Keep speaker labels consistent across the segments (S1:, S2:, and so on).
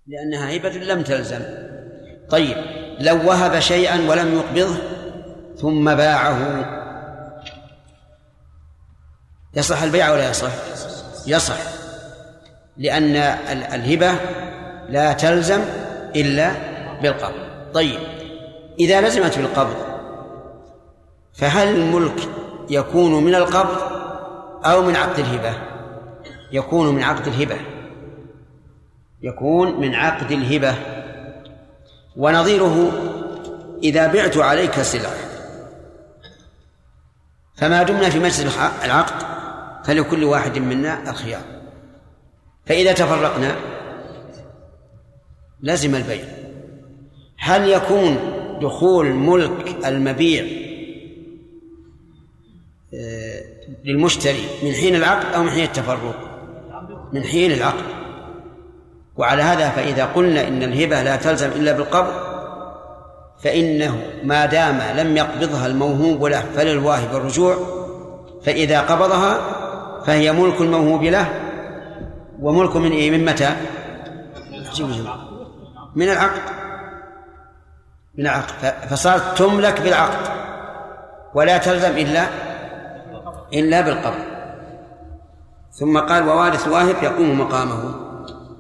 S1: لأنها هبة لم تلزم. طيب لو وهب شيئا ولم يقبضه ثم باعه يصح البيع ولا يصح؟ يصح، لأن الهبة لا تلزم إلا بالقبض. طيب إذا لزمت بالقبض فهل الملك يكون من القبض أو من عقد الهبة؟ يكون من عقد الهبة، يكون من عقد الهبة. ونظيره إذا بعت عليك سلعة فما دمنا في مجلس العقد فلكل واحد منا الخيار، فإذا تفرقنا لزم البيع. هل يكون دخول ملك المبيع للمشتري من حين العقد أو من حين التفرق؟ من حين العقد. وعلى هذا فإذا قلنا إن الهبة لا تلزم إلا بالقبض فإنه ما دام لم يقبضها الموهوب له فللواهب الرجوع، فإذا قبضها فهي ملك الموهوب له. وملك من إيه؟ من متى؟ من العقد، من العقد، فصارت تملك بالعقد ولا تلزم إلا بالقبض. ثم قال ووارث الواهب يقوم مقامه.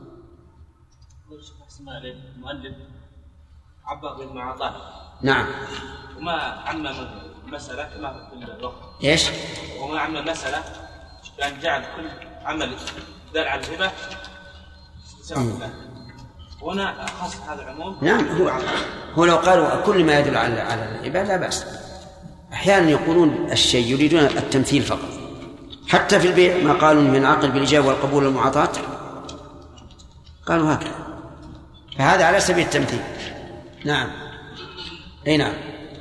S2: المؤلف عبر بالمعاطاة.
S1: نعم.
S2: وما عمم المسألة كما في الوقت.
S1: إيش؟
S2: وما عمم المسألة يعني جعل كل عمل دال على الهبة سواء له. هنا خاص هذا العموم.
S1: نعم. هو لو قالوا كل ما يدل على الهبة لا بأس. أحيانا يقولون الشيء يريدون التمثيل فقط، حتى في البيع ما قالوا من عقد بالإجابة والقبول والمعاطاة قالوا هكذا، فهذا على سبيل التمثيل. نعم. أي نعم.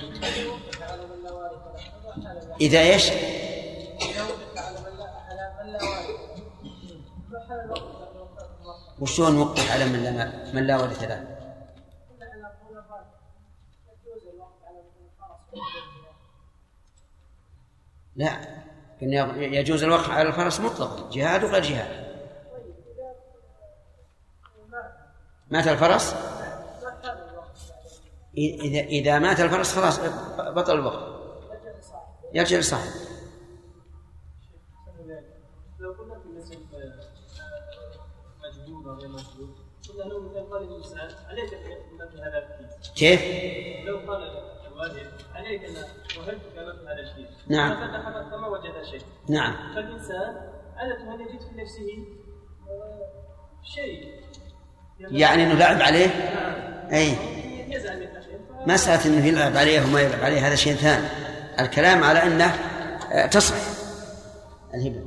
S1: إذا إيش؟ وشون وقف على من لا ورث له؟ لا، يجوز الوقف على الفرس مطلقا، جهاد وغير جهاد. مات الفرس، إذا مات الفرس خلاص بطل الوقف، يرجع لصاحبه.
S3: لو قلنا في مسجد مجهول وغير مجهول قلنا له مثل قال الإنسان عليك أن يأخذ هذا الكيس.
S1: كيف؟
S3: لو قال الوالد عليك أن وهبتك مثل هذا الكيس.
S1: نعم.
S3: ففتح فما وجد شيء.
S1: نعم.
S3: فالإنسان عادة أن يجد في نفسه شيء
S1: يعني أنه لعب عليه. أي
S3: يزعل
S1: مسألة أنه يلعب عليه وما يلعب عليه هذا شيء ثاني. الكلام على أنه تصح الهبة.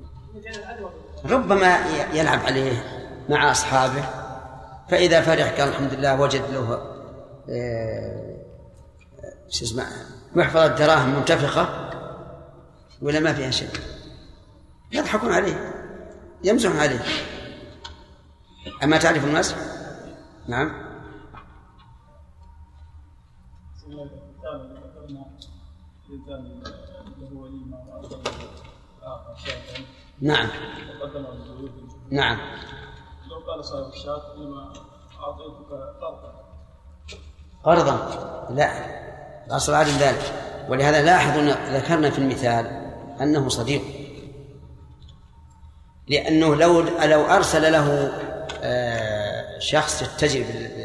S1: ربما يلعب عليه مع أصحابه فإذا فرح قال الحمد لله وجد له محفظة دراهم منتفخة ولا ما فيها شيء، يضحكون عليه يمزحون عليه. أما تعرف المزح؟ نعم. نعم. نعم.
S3: لو قال صاحب الشاة لما أعطيتك
S1: قرضا، لا، الأصل عدم ذلك. ولهذا لاحظوا ذكرنا في المثال أنه صديق، لأنه لو أرسل له شخص يتجر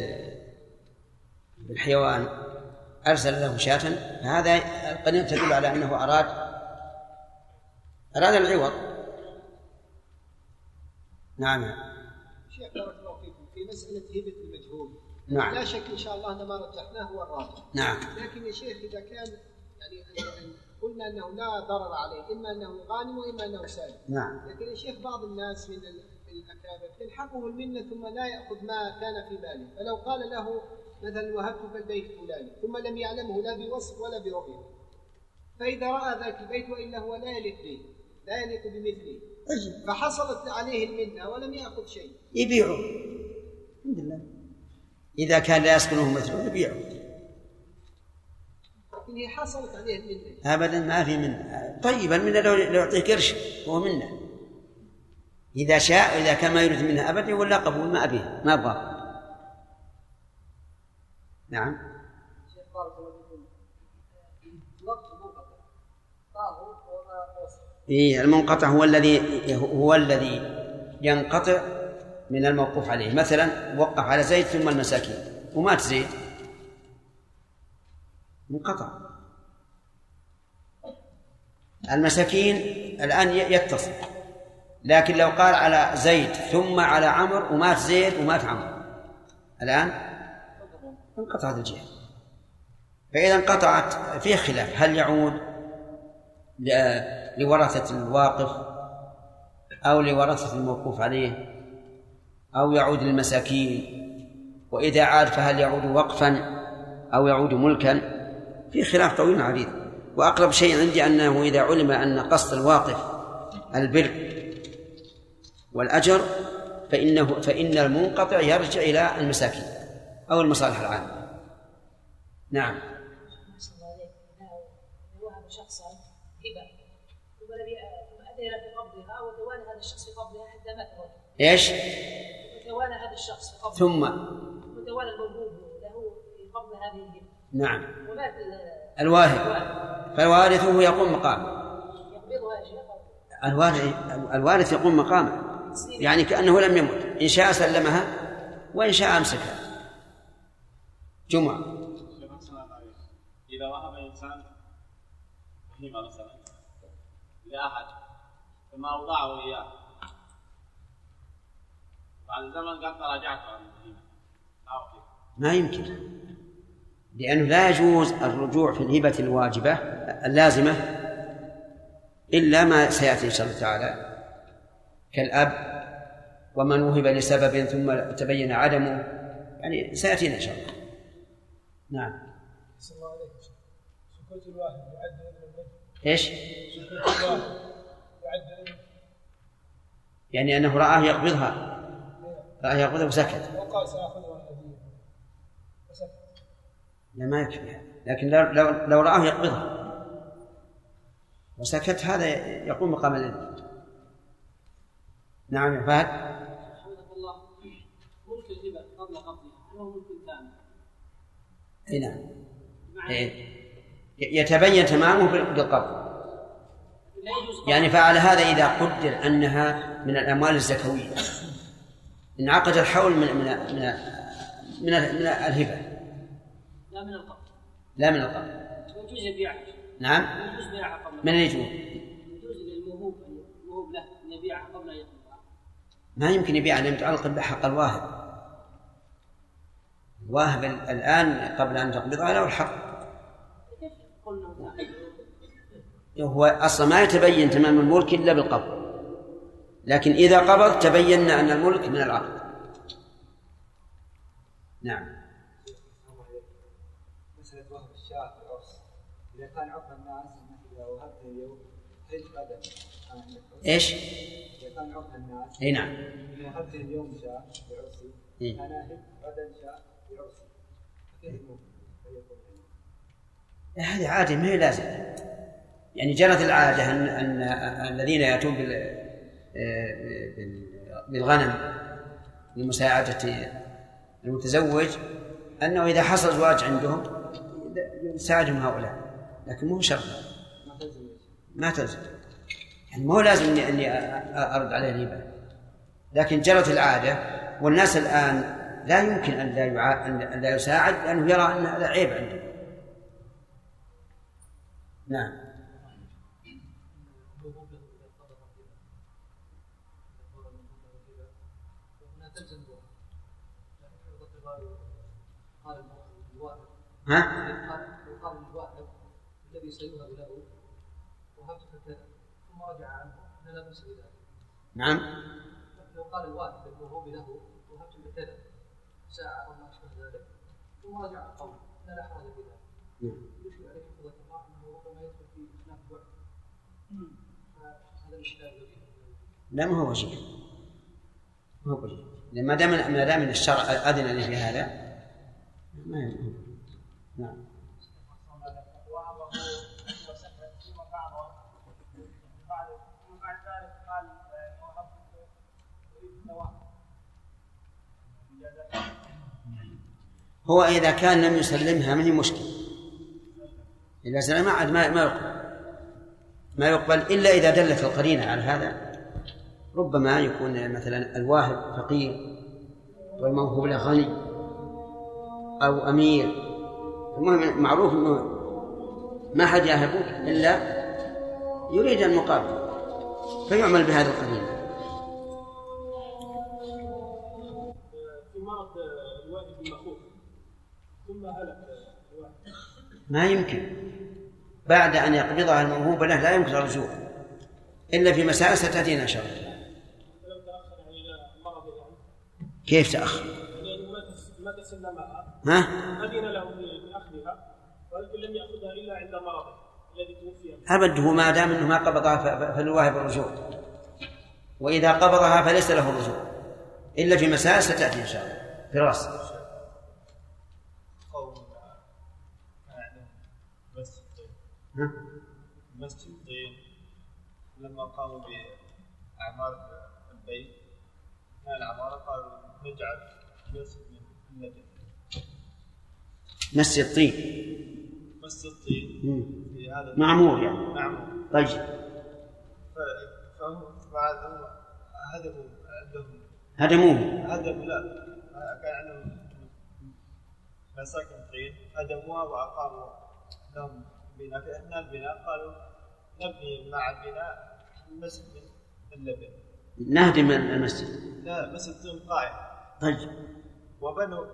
S1: بالحيوان أرسل له شاة، فهذا قد تدل على أنه أراد العوض. نعم.
S4: شيخ بارك الله فيكم في مسألة هبة المجهول.
S1: نعم.
S4: لا شك إن شاء الله أن ما رجحناه هو الراجح.
S1: نعم.
S4: لكن يا شيخ إذا كان يعني قلنا أنه لا ضرر عليه، إما أنه غانم وإما أنه سالم.
S1: نعم.
S4: لكن يا شيخ بعض الناس من الأكابر تلحقه المنة ثم لا يأخذ ما كان في باله، فلو قال له مثلا وهبتك البيت فلاني ثم لم يعلمه لا بوصف ولا برؤية، فإذا رأى ذاك البيت وإلا هو لا يليق به لا يليق بمثله فحصلت عليه المنة ولم يأخذ شيء
S1: يبيعه. الحمد لله. إذا كان لا يسكنه مثله يبيعه.
S4: لكن هي حصلت عليه المنة.
S1: أبدا ما في منه. طيب المنة لو يعطيه قرش هو منه. إذا شاء إذا كان ما يريد منها أبدا ولا قبول ما أبيه ما أبغاه. نعم.
S3: شيخ بارك الله فيكم. وقت منقطع طاهر وما وصل.
S1: إيه المنقطع هو الذي ينقطع من الموقوف عليه. مثلا وقف على زيد ثم المساكين ومات زيد منقطع. المساكين الآن يتصل، لكن لو قال على زيد ثم على عمرو ومات زيد ومات عمرو الآن انقطعت الجهة. فإذا انقطعت فيه خلاف هل يعود لورثة الواقف أو لورثة الموقوف عليه أو يعود للمساكين، وإذا عاد فهل يعود وقفا أو يعود ملكا. في خلاف طويل عريض. وأقرب شيء عندي أنه إذا علم أن قصد الواقف البر والأجر فإن المنقطع يرجع إلى المساكين أو المصالح العامة. نعم.
S5: وهب شخصا هبة ثم أذن في قبضها وتوالى هذا الشخص في قبضها حتى مات.
S1: إيش؟
S5: وتوالى هذا الشخص في قبضها
S1: ثم
S5: وتوالى الموهوب له في قبض هذه الهبة.
S1: نعم.
S5: ومات
S1: الواهب فالوارث يقوم مقامه.
S5: يقبضها يا شيخ.
S1: الوارث يقوم مقامه، يعني كأنه لم يمت، إن شاء سلمها وإن شاء أمسكها. جمعة.
S2: إذا وهب إنسان بهيمة مثلا لأحد ثم أوضعه إياه بعد زمن قد تراجعت عن البهيمة
S1: ما يمكن، لأنه لا يجوز الرجوع في الهبة الواجبة اللازمة إلا ما سيأتي إن شاء الله تعالى كالأب ومن وهب لسبب ثم تبين عدمه، يعني سيأتينا إن شاء الله. نعم.
S3: صلى الله عليه وسلم. سكوت الواحد يعد ابن الرجل.
S1: إيش؟
S3: سكوت الواحد يعد ابن.
S1: يعني أنه رآه يقبضها. رآه يقبضها وسكت.
S3: وقال سأخذها هدية. وسكت.
S1: لا ما يكفي، لكن لو رآه يقبضها وسكت هذا يقوم مقام الإذن. نعم يا فهد.
S3: حفظك الله. ملك الهبة قبل قبضها هو ملك تام.
S1: اي نعم. يتبين تمامه بالقبض. يعني فعلى هذا إذا قدر أنها من الأموال الزكوية انعقد الحول من الهبة
S3: لا من القبض.
S1: لا من القبض.
S3: يجوز يبيعها.
S1: نعم.
S3: يجوز بيعها قبل.
S1: من يجوز؟
S3: يجوز للموهوب له أن يبيعها قبل أن يقبضها.
S1: ما يمكن يبيعها لأن يتعلق بحق الواهب. الواهب الآن قبل أن تقبضها له الحق. هو أصلا ما يتبين تمام الملك إلا بالقبض، لكن إذا قبض تبين أن الملك من العقد. نعم.
S6: مسألة وهب الشاة في العرس إذا كان عرف الناس إذا وهبته اليوم هل قدم
S1: إيش؟
S6: إذا كان عرف الناس
S1: أي نعم.
S6: إذا وهبته اليوم شاة في عرسي أنا هب غدا شاة في عرسي كيف ممكن؟
S1: هذه عادة ما هي لازم. يعني جرت العادة أن الذين يأتون بالغنم لمساعدة المتزوج أنه إذا حصل زواج عندهم يساعدهم هؤلاء، لكن مو شرط. ما تلزم. يعني مو لازم أني أرد عليه الهبة، لكن جرت العادة والناس الآن لا يمكن أن لا يساعد لأنه يرى أن هذا عيب عنده. نعم. ها؟
S3: يقال الواهب الذي سيوهب له وهبتك كذا ثم رجع عنه لا بأس بذلك.
S1: نعم.
S3: لو قال الواهب الموهوب له وهبتك كذا ساعة أو ما أشبه ذلك ثم رجع عن قوله لا حرج في ذلك. يشكل عليه حفظة الله أنه ربما يدخل في إخلاف الوعد. هذا الإشكال الذي
S1: لا ما هو وجيه. ما هو وجيه. ما دام الشرع أذن لي في هذا ما هو. نعم. هو إذا كان لم يسلمها من مشكلة، إذا سلمها عاد ما يقبل إلا إذا دلت القرينة على هذا. ربما يكون مثلا الواهب فقير والموهوب له غني أو أمير، المهم معروف أنه ما حد يهبه إلا يريد المقابل فيعمل بهذا القرينة.
S7: في مرض الواهب المخوف ثم هلك الواهب،
S1: ما يمكن بعد أن يقبضها الموهوب له لا يمكن الرجوع إلا في مسائل ستأتينا إن شاء الله.
S7: فلو تأخر إلى مرض يعني
S1: كيف تأخر؟
S7: يعني ما تسلمها أذن له بأخذها ولكن لم يأخذها إلا عند مرضه الذي توفي.
S1: أبده ما دام أنه ما قبضها فالواهب الرجوع، وإذا قبضها فليس له الرجوع إلا في مسائل ستأتي إن شاء الله. فراس
S8: مسجد الطين لما قاموا بأعمار البيت ما العمارة قالوا نجعل مسجد من اللبن.
S1: مسجد الطين
S8: في هذا
S1: معمور يعني
S8: معمور.
S1: طيب
S8: فهم بعد
S1: هدموه
S8: لا كان عندهم مساكن طين هدموها وأقاموا لهم بناء. في أثناء البناء قالوا نبني مع البناء مسجد اللبن.
S1: نهدم المسجد؟
S8: لا، مسجد طين قائم.
S1: طيب
S8: وبنوا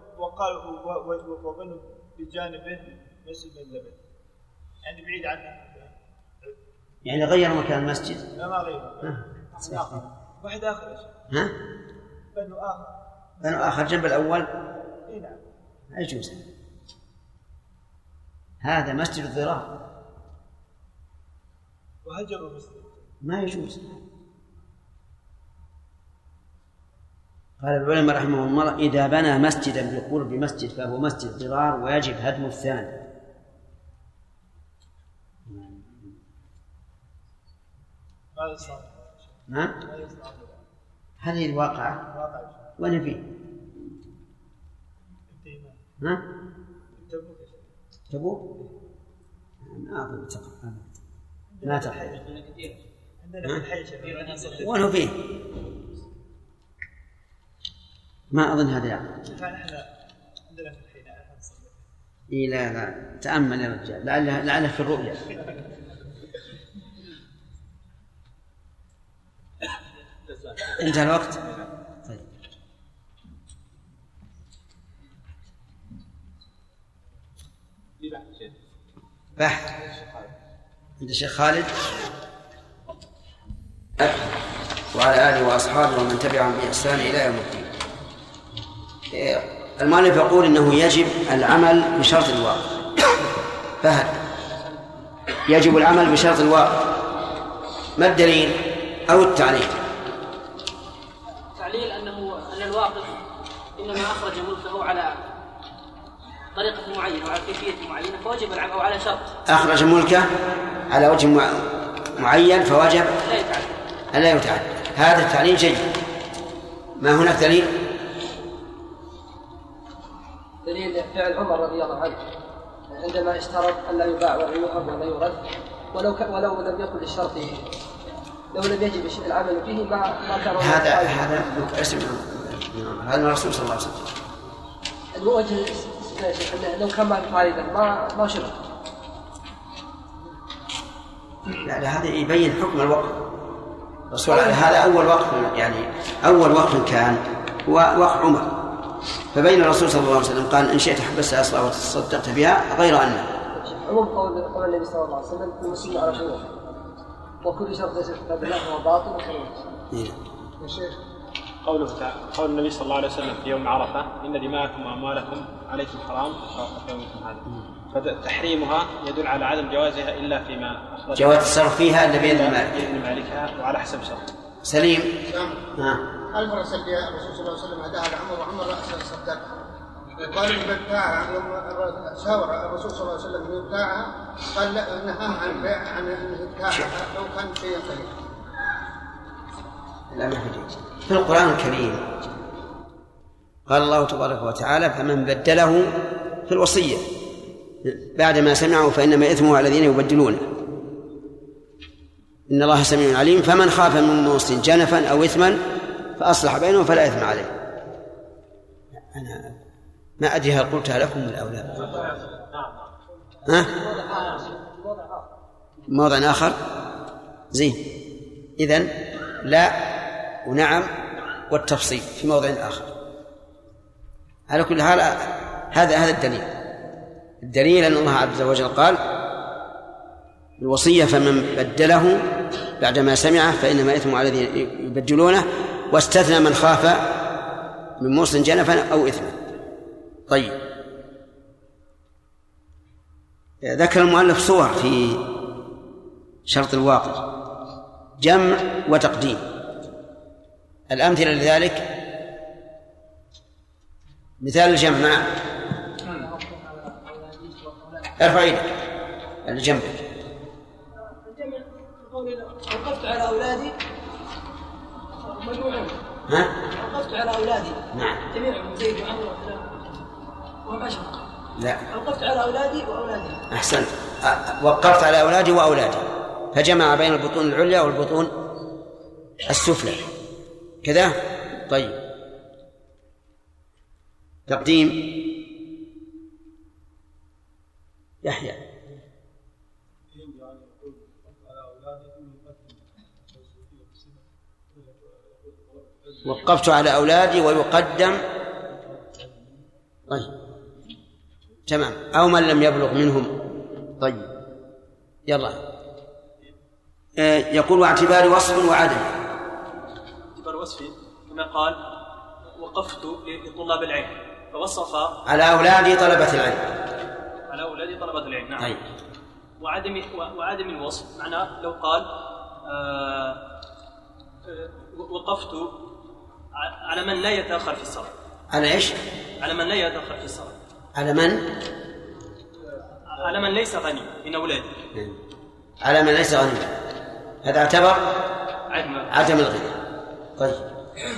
S8: بجانبه مسجد اللبن يعني بعيد عنه،
S1: يعني غيروا مكان المسجد؟
S8: لا ما غيروا. واحد آخر
S1: بنوا آخر جنب الأول.
S8: نعم
S1: يجوز. هذا مسجد الضرار
S8: وهجروا المسجد
S1: ما يجوز. قال العلماء رحمه الله إذا بنى مسجدا بقرب مسجد فهو مسجد ضرار ويجب هدم الثاني. هذه الواقعة وأنا فيه. تبوك ما أظن ما تحيي وأنا فيه ما أظن هذا يعني. إيه لا تأمل يا رجال لعله في الرؤيا. انتهى الوقت. طيب بحث عند الشيخ خالد وعلى آله وأصحابه ومن تبعهم بإحسان إلى يوم الدين. المؤلف يقول إنه يجب العمل بشرط الواقع. فهل يجب العمل بشرط الواقع؟ ما الدليل أو التعليل؟
S9: التعليل أن الواقف إنما أخرج ملكه على طريقة معينة وعلى كيفية معينة فوجب العمل، أو على شرط
S1: أخرج ملكه على وجه معين فوجب ألا يتعدى. هذا التعليل جيد. ما هناك دليل؟
S3: دليل فعل عمر رضي الله عنه عندما اشترط أن لا يباع ولا يوهب ولا يرد ولو لم يكن للشرط لو لم يجب العمل فيه ما كان
S1: هذا اسم هذا الرسول صلى الله عليه وسلم.
S3: الوجه لو كان معارضا ما شرط.
S1: لا هذا يبين حكم الوقف. الرسول هذا أول وقف يعني أول وقف كان هو وقف عمر، فبين الرسول صلى الله عليه وسلم قال إن شئت حبست أصلها وتصدقت بها غير أنه
S3: عموم قول النبي صلى الله عليه وسلم المسلم على شروط وكل شرط ليس في كتاب الله هو باطل وكذب.
S7: يا شيخ قول النبي صلى الله عليه وسلم في يوم عرفة إن دماءكم وأموالكم عليكم حرام في يومكم هذا، فتحريمها يدل على عدم جوازها إلا فيما أخرج
S1: جواز التصرف فيها إلا بإذن
S7: مالكها وعلى حسب شرط.
S1: سليم.
S6: هل مرسل الرسول صلى الله عليه وسلم هداها لعمر وعمر رأسه صدقها وقال إن بتاعها يوم شاور الرسول صلى الله عليه وسلم من بتاعها قال لا نهاها عن بيع عن بتاعها لو كان شيء قليل.
S1: لا ما في القرآن الكريم قال الله تبارك وتعالى: فمن بدله في الوصية بعدما سمعه فإنما إثمه على الذين يبدلونه، إن الله سميع عليم. فمن خاف من موص جنفا أو إثما فأصلح بينهم فلا إثم عليه. أنا ما أدري هل قلتها لكم من الأولاد. موضع آخر زين. إذن لا ونعم والتفصيل في موضع آخر. على كل حال هذا الدليل أن الله عز وجل قال الوصية: فمن بدله بعدما سمعه فإنما إثمه على الذين يبدلونه، واستثنى من خاف من موص جنفا أو إثما. طيب، ذكر المؤلف صور في شرط الواقع: جمع وتقديم. الأمثلة لذلك: مثال الجمع مع ارفع يدك اللي جنبك.
S3: وقفت على أولادي مجموعهم. وقفت على أولادي.
S1: نعم.
S3: جميعهم زيد وعمر وهم 10.
S1: لا.
S3: وقفت على أولادي وأولادي.
S1: أحسنت. وقفت على أولادي وأولادي، فجمع بين البطون العليا والبطون السفلى كذا. طيب، تقديم يحيى. وقفت على أولادي ويقدم. طيب تمام. أو من لم يبلغ منهم. طيب يلا. يقول: واعتبار وصف وعدم.
S10: اعتبار وصف كما قال: وقفت لطلاب العلم، فوصف
S1: على أولادي طلبة العلم.
S10: على أولادي طلبة العلم. نعم.
S1: طيب.
S10: وعدم الوصف معناه لو قال وقفت على من لا يتأخر في الصلاة.
S1: على إيش؟
S10: على من لا يتأخر في الصلاة.
S1: على من؟
S10: على من ليس غني من أولادي.
S1: على من ليس غني، هذا اعتبر عدم الغنى. طيب،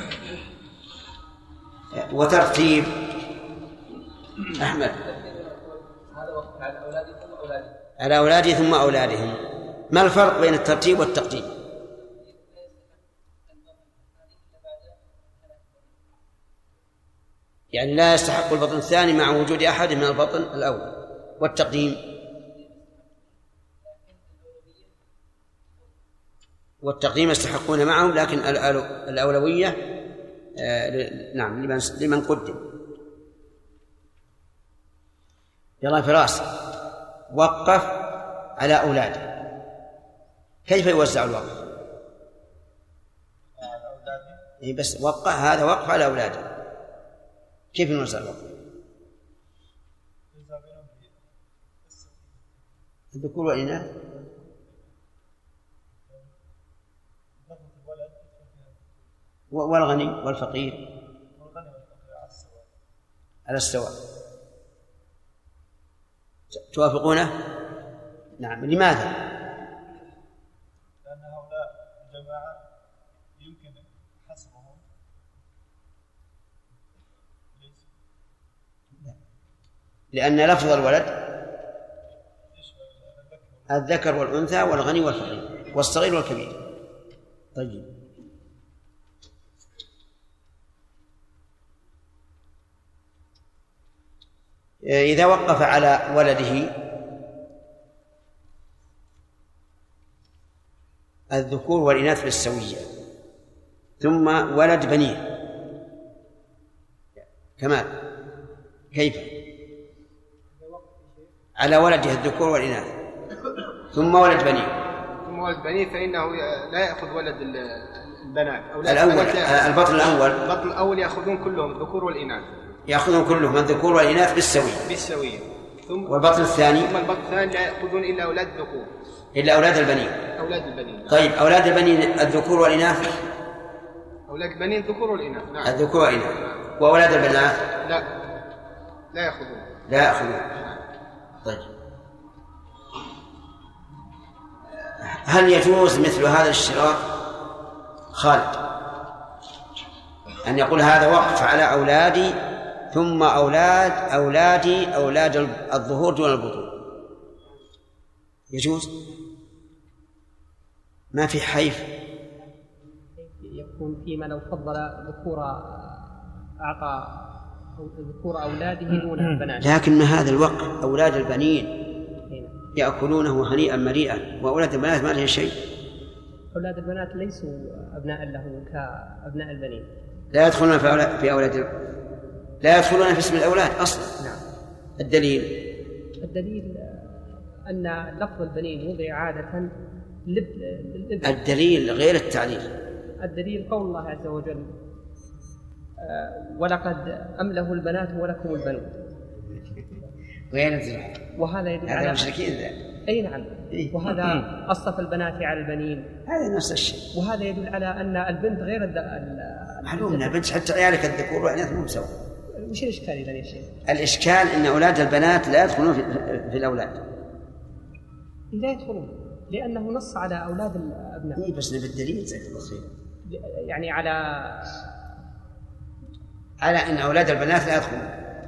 S1: وترتيب أحمد:
S3: هذا وقف على أولادي ثم أولادي.
S1: على أولادي ثم أولادهم. ما الفرق بين الترتيب والتقديم؟ يعني لا يستحق البطن الثاني مع وجود أحد من البطن الأول. والتقديم يستحقون معهم، لكن الأولوية نعم لمن قدم. يلا فراس: وقف على أولاده، كيف يوزع الوقف؟ بس وقف، هذا وقف على أولاده، كيف نوزع الوقف؟ الذكور والإناث. والغني والفقير على السواء. توافقونه؟ نعم. لماذا؟
S8: لأن هؤلاء الجماعة يمكن حصرهم.
S1: لأن لفظ الولد الذكر والأنثى والغني والفقير والصغير والكبير. طيب، إذا وقف على ولده الذكور والإناث بالسوية ثم ولد بنيه كمال، كيف؟ على ولده الذكور والإناث ثم ولد بنيه
S4: فإنه لا يأخذ ولد البنات.
S1: البطن
S4: الأول يأخذون كلهم الذكور والإناث،
S1: يأخذون كلهم الذكور والإناث بالسوية. والبطن الثاني
S4: لا يأخذون إلا أولاد الذكور،
S1: إلا أولاد البنين. طيب، أولاد البنين الذكور والإناث؟
S4: أولاد البنين الذكور والإناث. نعم.
S1: الذكور والإناث. وأولاد البنات لا يأخذون. طيب، هل يجوز مثل هذا الاشتراك؟ خالد: أن يقول هذا وقف على أولادي ثم أولادي أولاد الظهور دون البطون، يجوز؟ ما في حيف.
S11: يكون فيما لو فضل ذكور أعطى ذكور أولاده دون البنات.
S1: لكن ما هذا الوقت، أولاد البنين يأكلونه هنيئا مريئا، وأولاد البنات ما لهم شيء.
S11: أولاد البنات ليسوا أبناء له كأبناء البنين،
S1: لا يدخلون في أولاد، لا يدخلون في اسم الأولاد أصلا.
S11: نعم.
S1: الدليل
S11: أن لفظ البنين وضع عادة للابن.
S1: الدليل غير التعليل.
S11: الدليل قول الله عز وجل ولقد أمله البنات ولكم البنون. وهذا يدل على
S1: المشركين.
S11: أي نعم. وهذا أصف البنات على البنين،
S1: هذا نفس الشيء.
S11: وهذا يدل على أن البنت غير
S1: معلوم أن البنت حتى عيالك الذكور والإناث مو مساوي.
S11: وش الإشكال إذا يا شيخ؟
S1: الإشكال أن أولاد البنات لا يدخلون في الأولاد.
S11: لا يدخلون لأنه نص على أولاد الأبناء.
S1: بس بالدليل زي
S11: يعني على
S1: أن أولاد البنات لا يدخلون.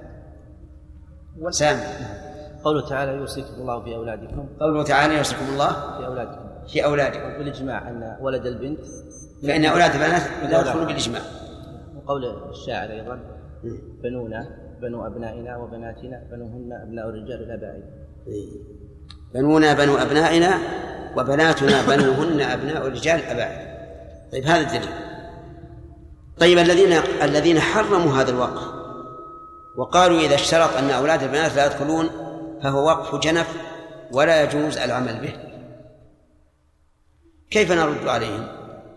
S1: سامي.
S12: قوله تعالى يوصيكم الله في أولادكم.
S1: قوله تعالى يوصيكم الله في أولادكم.
S12: بالإجماع أن ولد البنت
S1: فإن أولاد البنات لا يدخلون بالإجماع.
S12: وقول الشاعر أيضا بنونا بنو أبنائنا وبناتنا بنوهن أبناء الرجال الأباعد.
S1: بنونا بنو أبنائنا وبناتنا بنوهن أبناء الرجال الأباعد. طيب هذا الدليل. طيب الذين حرموا هذا الوقف وقالوا إذا اشترط أن أولاد البنات لا يدخلون فهو وقف جنف ولا يجوز العمل به، كيف نرد عليهم؟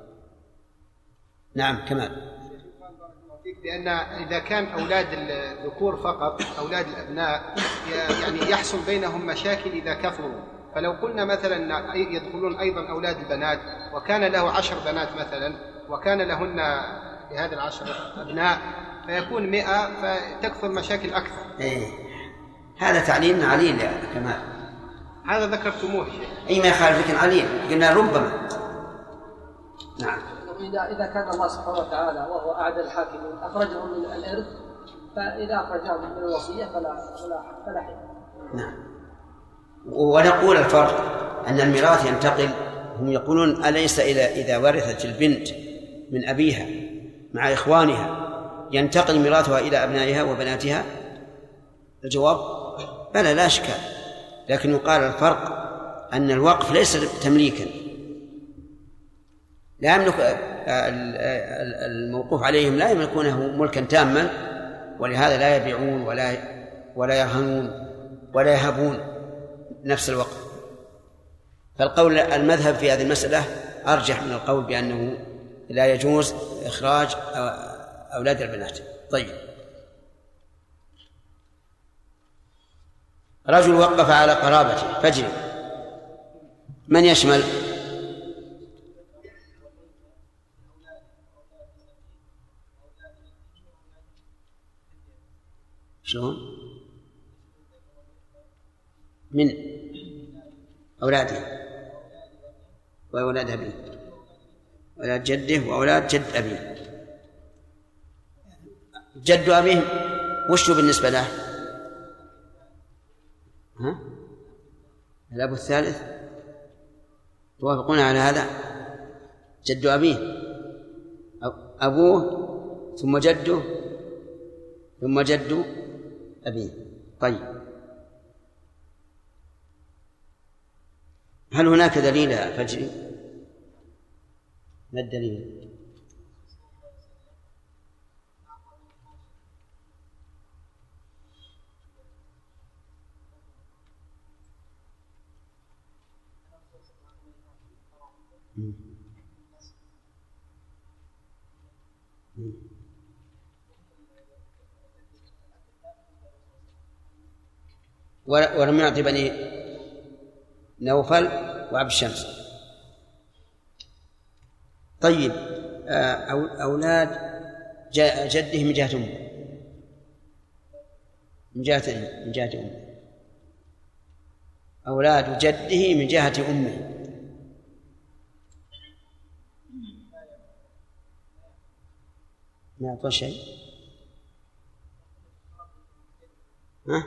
S1: نعم كمال.
S4: لأن إذا كان أولاد الذكور فقط أولاد الأبناء يعني يحصل بينهم مشاكل إذا كثروا، فلو قلنا مثلا يدخلون أيضا أولاد البنات وكان له 10 بنات مثلا وكان لهن لهذا 10 أبناء فيكون 100 فتكثر مشاكل أكثر.
S1: هذا تعليل عليل يا كمال.
S4: هذا ذكرتموه شيء.
S1: أي ما يخالف لكن عليل قلنا ربما. نعم.
S3: إذا كان الله سبحانه وتعالى وهو أعدل الحاكمين أخرجهم من الإرث، فإذا أخرجهم من الوصية فلا حين.
S1: نعم. ونقول الفرق أن الميراث ينتقل. هم يقولون أليس إذا ورثت البنت من أبيها مع إخوانها ينتقل ميراثها إلى أبنائها وبناتها؟ الجواب بلى لا إشكال، لكن يقال الفرق أن الوقف ليس تمليكا، لا يملك الموقوف عليهم لا يملكونه ملكا تاما، ولهذا لا يبيعون ولا يرهنون ولا يهبون نفس الوقف. فالقول المذهب في هذه المسألة أرجح من القول بأنه لا يجوز إخراج أولاد البنات. طيب، رجل وقف على قرابته فجر، من يشمل؟ شلون؟ من أولاده وأولاد أبيه، أولاد جده وأولاد جد أبيه. جد أبيه وشو بالنسبة له؟ الأب الثالث، توافقون على هذا؟ جد أبيه أبوه ثم جده ثم جد أبيه. طيب، هل هناك دليل يا فجري؟ ما الدليل؟ ولم يعطي بني نوفل وعبد الشمس. طيب، أولاد جده من جهة أمه، من جهة أمه، أولاد جده من جهة أمه، ما يعطون شيء. ها؟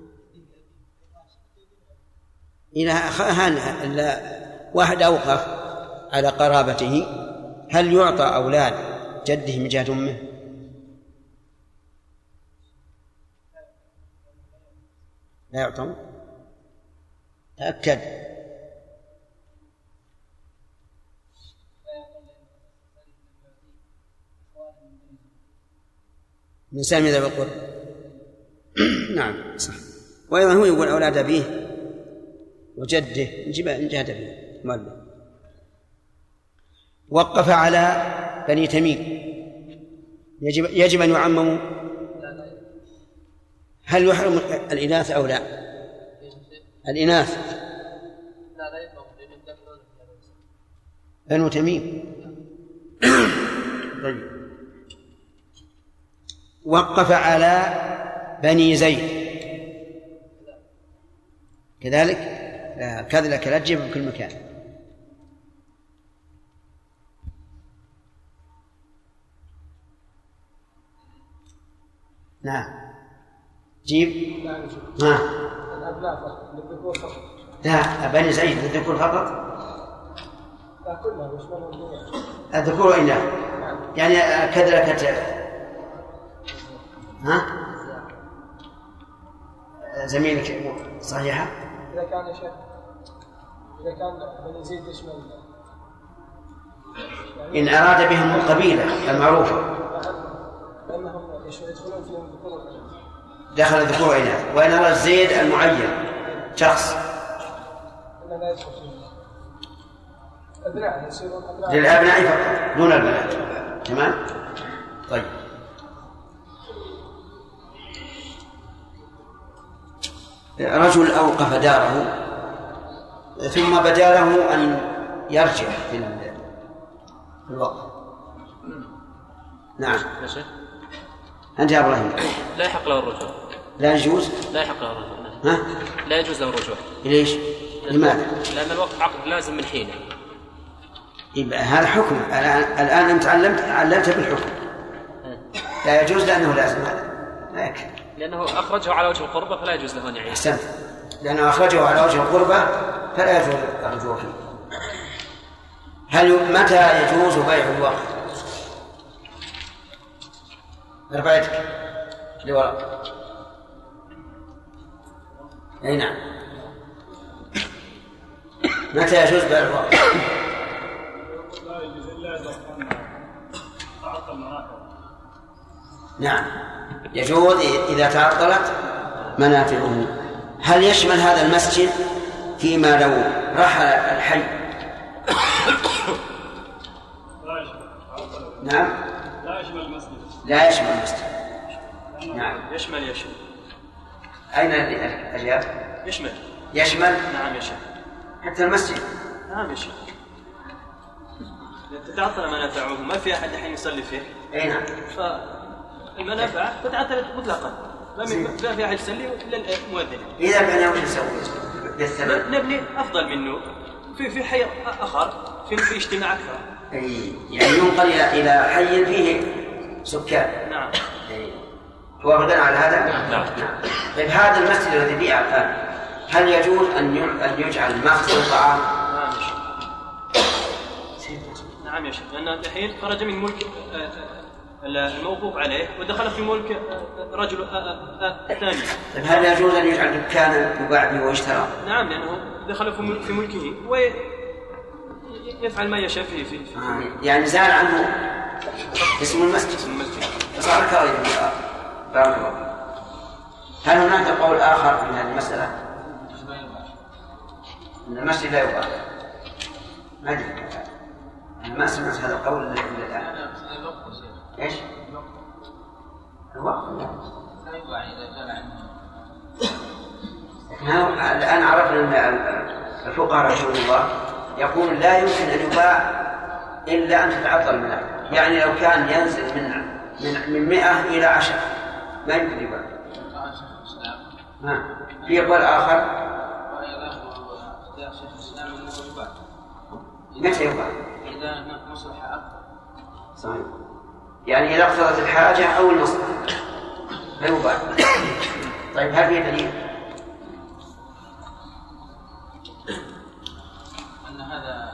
S1: إذا واحد أوقف على قرابته هل يعطى أولاد جده من جهة أمه؟ لا يعطون. تأكد. من سامي ذا بالقرب. نعم صح. وأيضا هو يقول أولاد أبيه وجده من جهة أبيه. وقف على بني تميم يجب أن يعمموا. هل يحرم الإناث أو لا؟ الإناث بنو تميم. وقف على بني زيد كذلك. كذلك لا تجيب بكل مكان. نعم جيب.
S3: الأبناء فقط للذكور فقط.
S1: لا بني زيد للذكور فقط.
S3: لا كلها يشملهم
S1: الذكور وإناث. يعني كذلك زميلك صحيحة.
S3: إذا كان يا شيخ إذا كان بني زيد يشمل
S1: إن أراد بهم القبيلة المعروفة
S3: لأنهم يدخلون فيهم الذكور
S1: دخل الذكور وإناث. وإن أراد زيد المعين شخص
S3: لا يدخل فيهم أبناء يصيرون أبناء
S1: للأبناء فقط دون البنات. تمام. طيب رجل أوقف داره ثم بدا له أن يرجع في الوقت. نعم أنت يا إبراهيم.
S13: لا يحق له الرجوع.
S1: لا يجوز.
S13: لا يحق له الرجوع.
S1: ها؟
S13: لا يجوز له الرجوع.
S1: ليش؟ لماذا؟
S13: لأن الوقت عقد لازم من حينه.
S1: يبقى هذا حكم. الآن أنت علمت بالحكم. لا يجوز لأنه لازم. هذا لا يكفي.
S13: لأنه أخرجه على وجه القربة فلا يجوز له أن يعيش.
S1: أحسنت. لأنه أخرجه على وجه القربة فلا يجوز الرجوع فيه. متى يجوز بيع الوقت؟ ارفع يدك لوراء. أي نعم. متى يجوز بيع الوقت؟ نعم يجوز إذا تعطلت منافعه. هل يشمل هذا المسجد فيما لو رحل الحي؟ نعم
S14: لا يشمل المسجد.
S1: لا يشمل المسجد. نعم
S13: يشمل.
S1: أين الأجابة؟ يشمل.
S13: نعم يشمل
S1: حتى المسجد.
S13: نعم يشمل. تتعطل منافعه ما في أحد الحين يصلي فيه.
S1: أي نعم.
S13: فالمنافع تتعطل مطلقا ما في أحد يصلي إلا المؤذن.
S1: إذا كان يوم نسوي بالثمن
S13: نبني أفضل منه في حي آخر في اجتماع أكثر.
S1: يعني ينقل إلى حي فيه سكان.
S13: نعم.
S1: توافقون على هذا؟
S13: نعم.
S1: طيب هذا المسجد الذي بيع الآن هل يجوز أن يجعل مخزن الطعام؟
S13: نعم يا شيخ. لأن الحين خرج من ملك الموقوف عليه ودخل في ملك رجل ثاني.
S1: طيب هل يجوز أن يجعل دكانا يباع به ويشترى؟
S13: نعم لأنه دخل في ملكه ويفعل ما يشاء فيه.
S1: يعني زال عنه اسم المسجد. فصار كريم. بارك الله. هل هناك قول آخر في هذه المسألة؟ أن المسجد لا يباع. ما أدري. ما سمعت هذا القول إلا الآن. إيش؟ الوقت لا يباع إذا زال عنه. الآن عرفنا أن الفقهاء رحمه الله يقول لا يمكن أن يباع إلا أن تتعطل منه. يعني لو كان ينزل من 100 إلى 10 ما يمكن يباع. في قول آخر متى يباع؟
S15: إذا هناك مصلحة أكثر.
S1: صحيح. يعني إذا اقتضت الحاجة أو المصلحة لا يباح. طيب هل في دليل؟
S2: أن هذا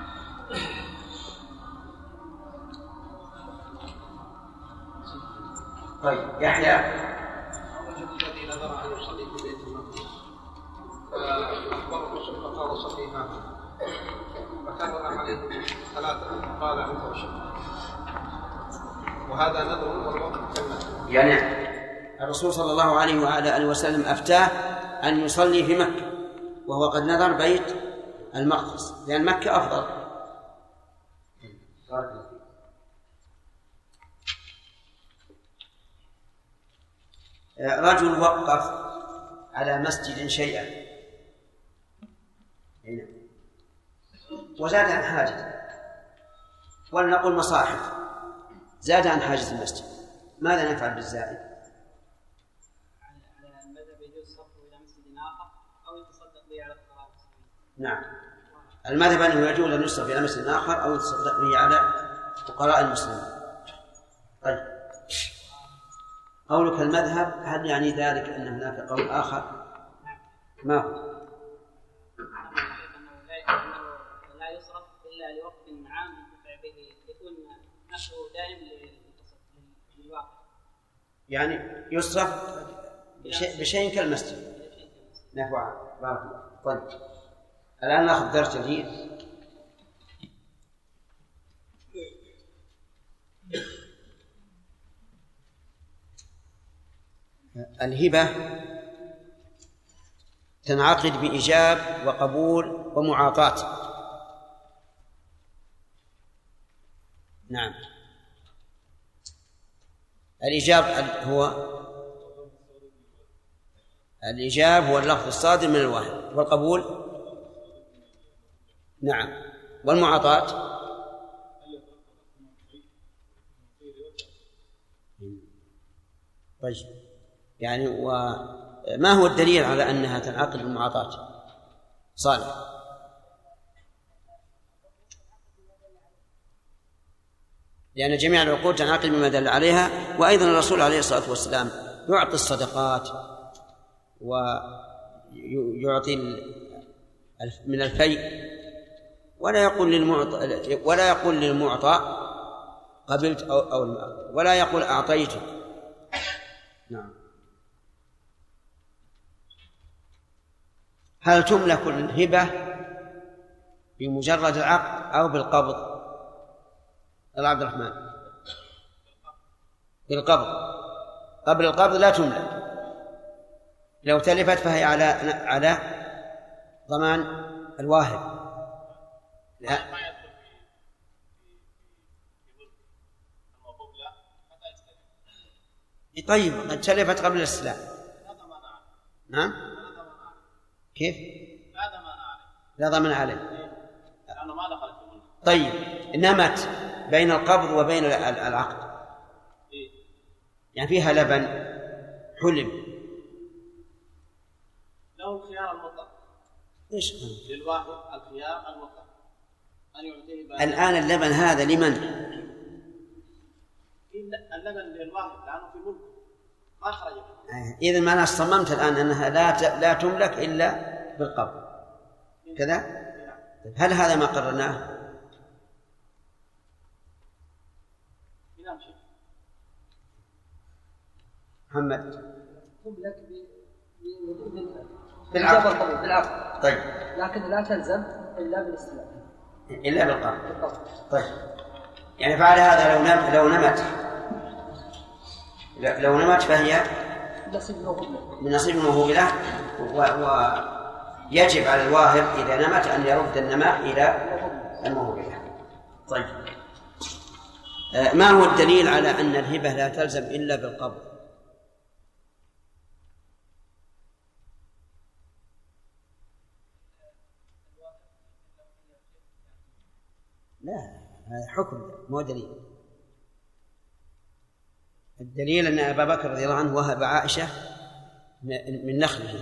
S1: طيب يحيى.
S4: الرجل الذي نذر أن يصلي في بيت المقدس فأخبر الرسول فقال صلي هذا فكرر عليه 3 قال أنت وشك، وهذا نذر والوقت كالنذر.
S1: يعني الرسول صلى الله عليه وعلى آله وسلم أفتاه أن يصلي في مكة وهو قد نذر بيت المقدس لأن مكة أفضل. رجل وقف على مسجد شيئا وزاد عن حاجة، ولنقل مصاحف زاد عن حاجة المسجد، ماذا نفعل بالزائد؟
S9: على المذهب يجوز صرفه إلى مسجد آخر أو يتصدق به على فقراء المسلمين.
S1: نعم، المذهب أنه يجوز أن يصرف إلى مسجد آخر أو يتصدق به على فقراء المسلمين. طيب قولك المذهب هل يعني ذلك أن هناك قول آخر؟ ما هو؟
S9: لا يصرف إلا لوقت عام ينتفع به يكون نفعه دائم للواقع.
S1: يعني يصرف بشيء كالمسجد نفعه. بارك الله. طيب الآن نأخذ درس جديد. الهبة تنعقد بإيجاب وقبول ومعاطاة. نعم، الإيجاب هو اللفظ الصادر من الواحد، والقبول نعم، والمعاطاة طيب. يعني وما هو الدليل على أنها تنعقد بالمعاطاة؟ صالح. لأن جميع العقود تنعقد بما دل عليها، وأيضا الرسول عليه الصلاة والسلام يعطي الصدقات ويعطي من الفيء ولا يقول للمعطى قبلت أو ولا يقول أعطيتك. نعم. هل تملك الهبة بمجرد العقد أو بالقبض؟ عبد الرحمن. بالقبض. قبل القبض لا تملك، لو تلفت فهي على ضمان الواهب. لا. طيب قد تلفت قبل الاستلام. نعم. كيف؟ لا ضمان عليه. طيب نمت بين القبض وبين العقد، يعني فيها لبن حلب،
S2: له الخيار المطلق.
S1: ايش
S2: للواحد الخيار المطلق أن يعطيه.
S1: الآن اللبن هذا لمن؟
S2: اللبن للواحد لأنه في ملك ما خرج.
S1: إذن ما أنا صممت الآن أنها لا تملك إلا بالقبض كذا. هل هذا ما قررناه؟
S3: محمد
S11: تملك
S3: بالعقد.
S1: طيب
S11: لكن لا تلزم إلا بالاستلام
S1: إلا بالقبض. طيب يعني فعل هذا لو نمت فهي من نصيب الموهوب له، ويجب على الواهب إذا نمت أن يرد النماء إلى الموهوب له. طيب ما هو الدليل على أن الهبة لا تلزم إلا بالقبض؟ لا، هذا حكم مو دليل. الدليل أن أبا بكر رضي الله عنه وهب عائشة من نخله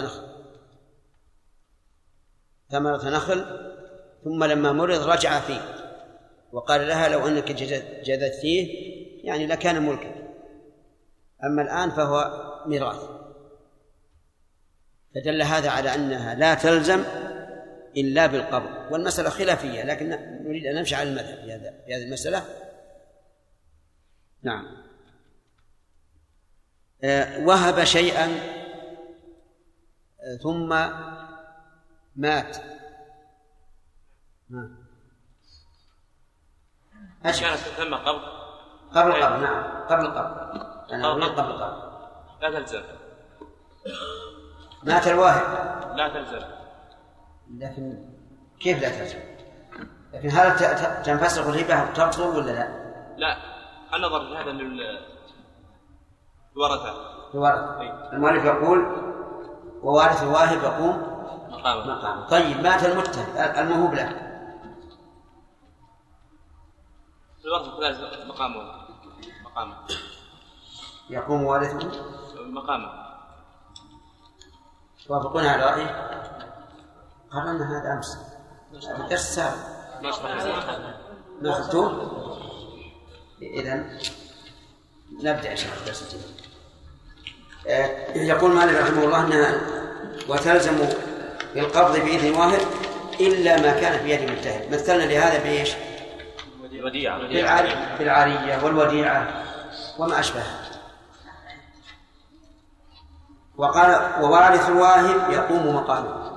S1: ثمرة نخل ثم لما مرض رجع فيه وقال لها لو أنك جذت فيه يعني لكان ملكا، أما الآن فهو ميراث. فدل هذا على أنها لا تلزم إلا بالقبض، والمسألة خلافية، لكن نريد أن نمشي على المذهب في هذه المسألة. نعم. وهب شيئا ثم مات.
S2: كانت ثم قبل
S1: القبض. نعم قبل القبض. أنا أقول قبل القبض.
S2: لا تلزم.
S1: مات الواهب
S2: لا تلزم.
S1: لكن كيف لا تلزم؟ لكن هل تنفسخ الهبة تبطل ولا لا؟
S2: لا، النظر في هذا الورثة.
S1: المؤلف يقول ووارث الواهب يقوم مقامه. طيب مات المتهم الموهوب له،
S2: الورثة كذلك مقامه
S1: يقوم وارثه
S2: مقامه.
S1: توافقون على رأيه؟ قررنا هذا أمس الدرس السابق ما أخذتوه؟ إذن نبدأ إن شاء الله الدرس الجديد. يقول مالك رحمه الله أنها وتلزم بالقبض بإذن واهب إلا ما كان في يد المتهم. مثلنا لهذا بإيش؟ بالعارية والوديعة وما أشبهها. وقال ووارث الواهب يقوم مقامه.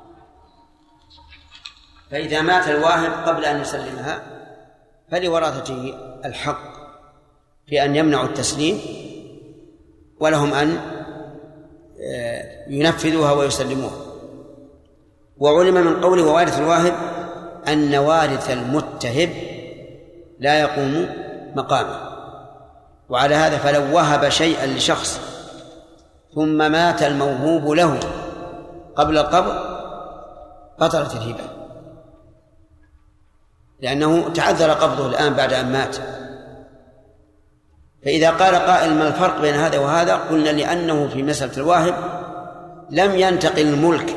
S1: فإذا مات الواهب قبل أن يسلمها فلورثته الحق في أن يمنعوا التسليم، ولهم أن ينفذوها ويسلموها. وعلم من قوله ووارث الواهب أن وارث المتهب لا يقوم مقامه. وعلى هذا فلو وهب شيئا لشخص ثم مات الموهوب له قبل القبض بطلت الهبة، لأنه تعذر قبضه الآن بعد أن مات. فإذا قال قائل ما الفرق بين هذا وهذا؟ قلنا لأنه في مسألة الواهب لم ينتقل الملك،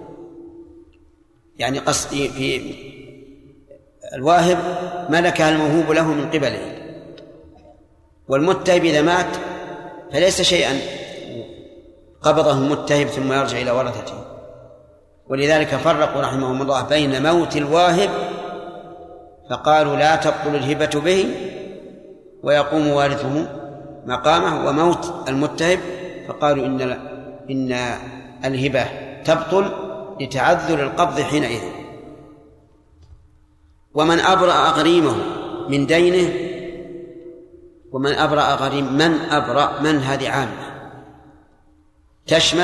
S1: يعني قصدي في الواهب ملكها الموهوب له من قبله، والمتهب إذا مات فليس شيئا قبضه المتهب ثم يرجع إلى ورثته. ولذلك فرقوا رحمهم الله بين موت الواهب فقالوا لا تبطل الهبة به ويقوم وارثه مقامه، وموت المتهب فقالوا إن الهبة تبطل لتعذر القبض حينئذ. ومن أبرأ غريمه من دينه، ومن أبرأ غريم من أبرأ من هذه عامة تشمل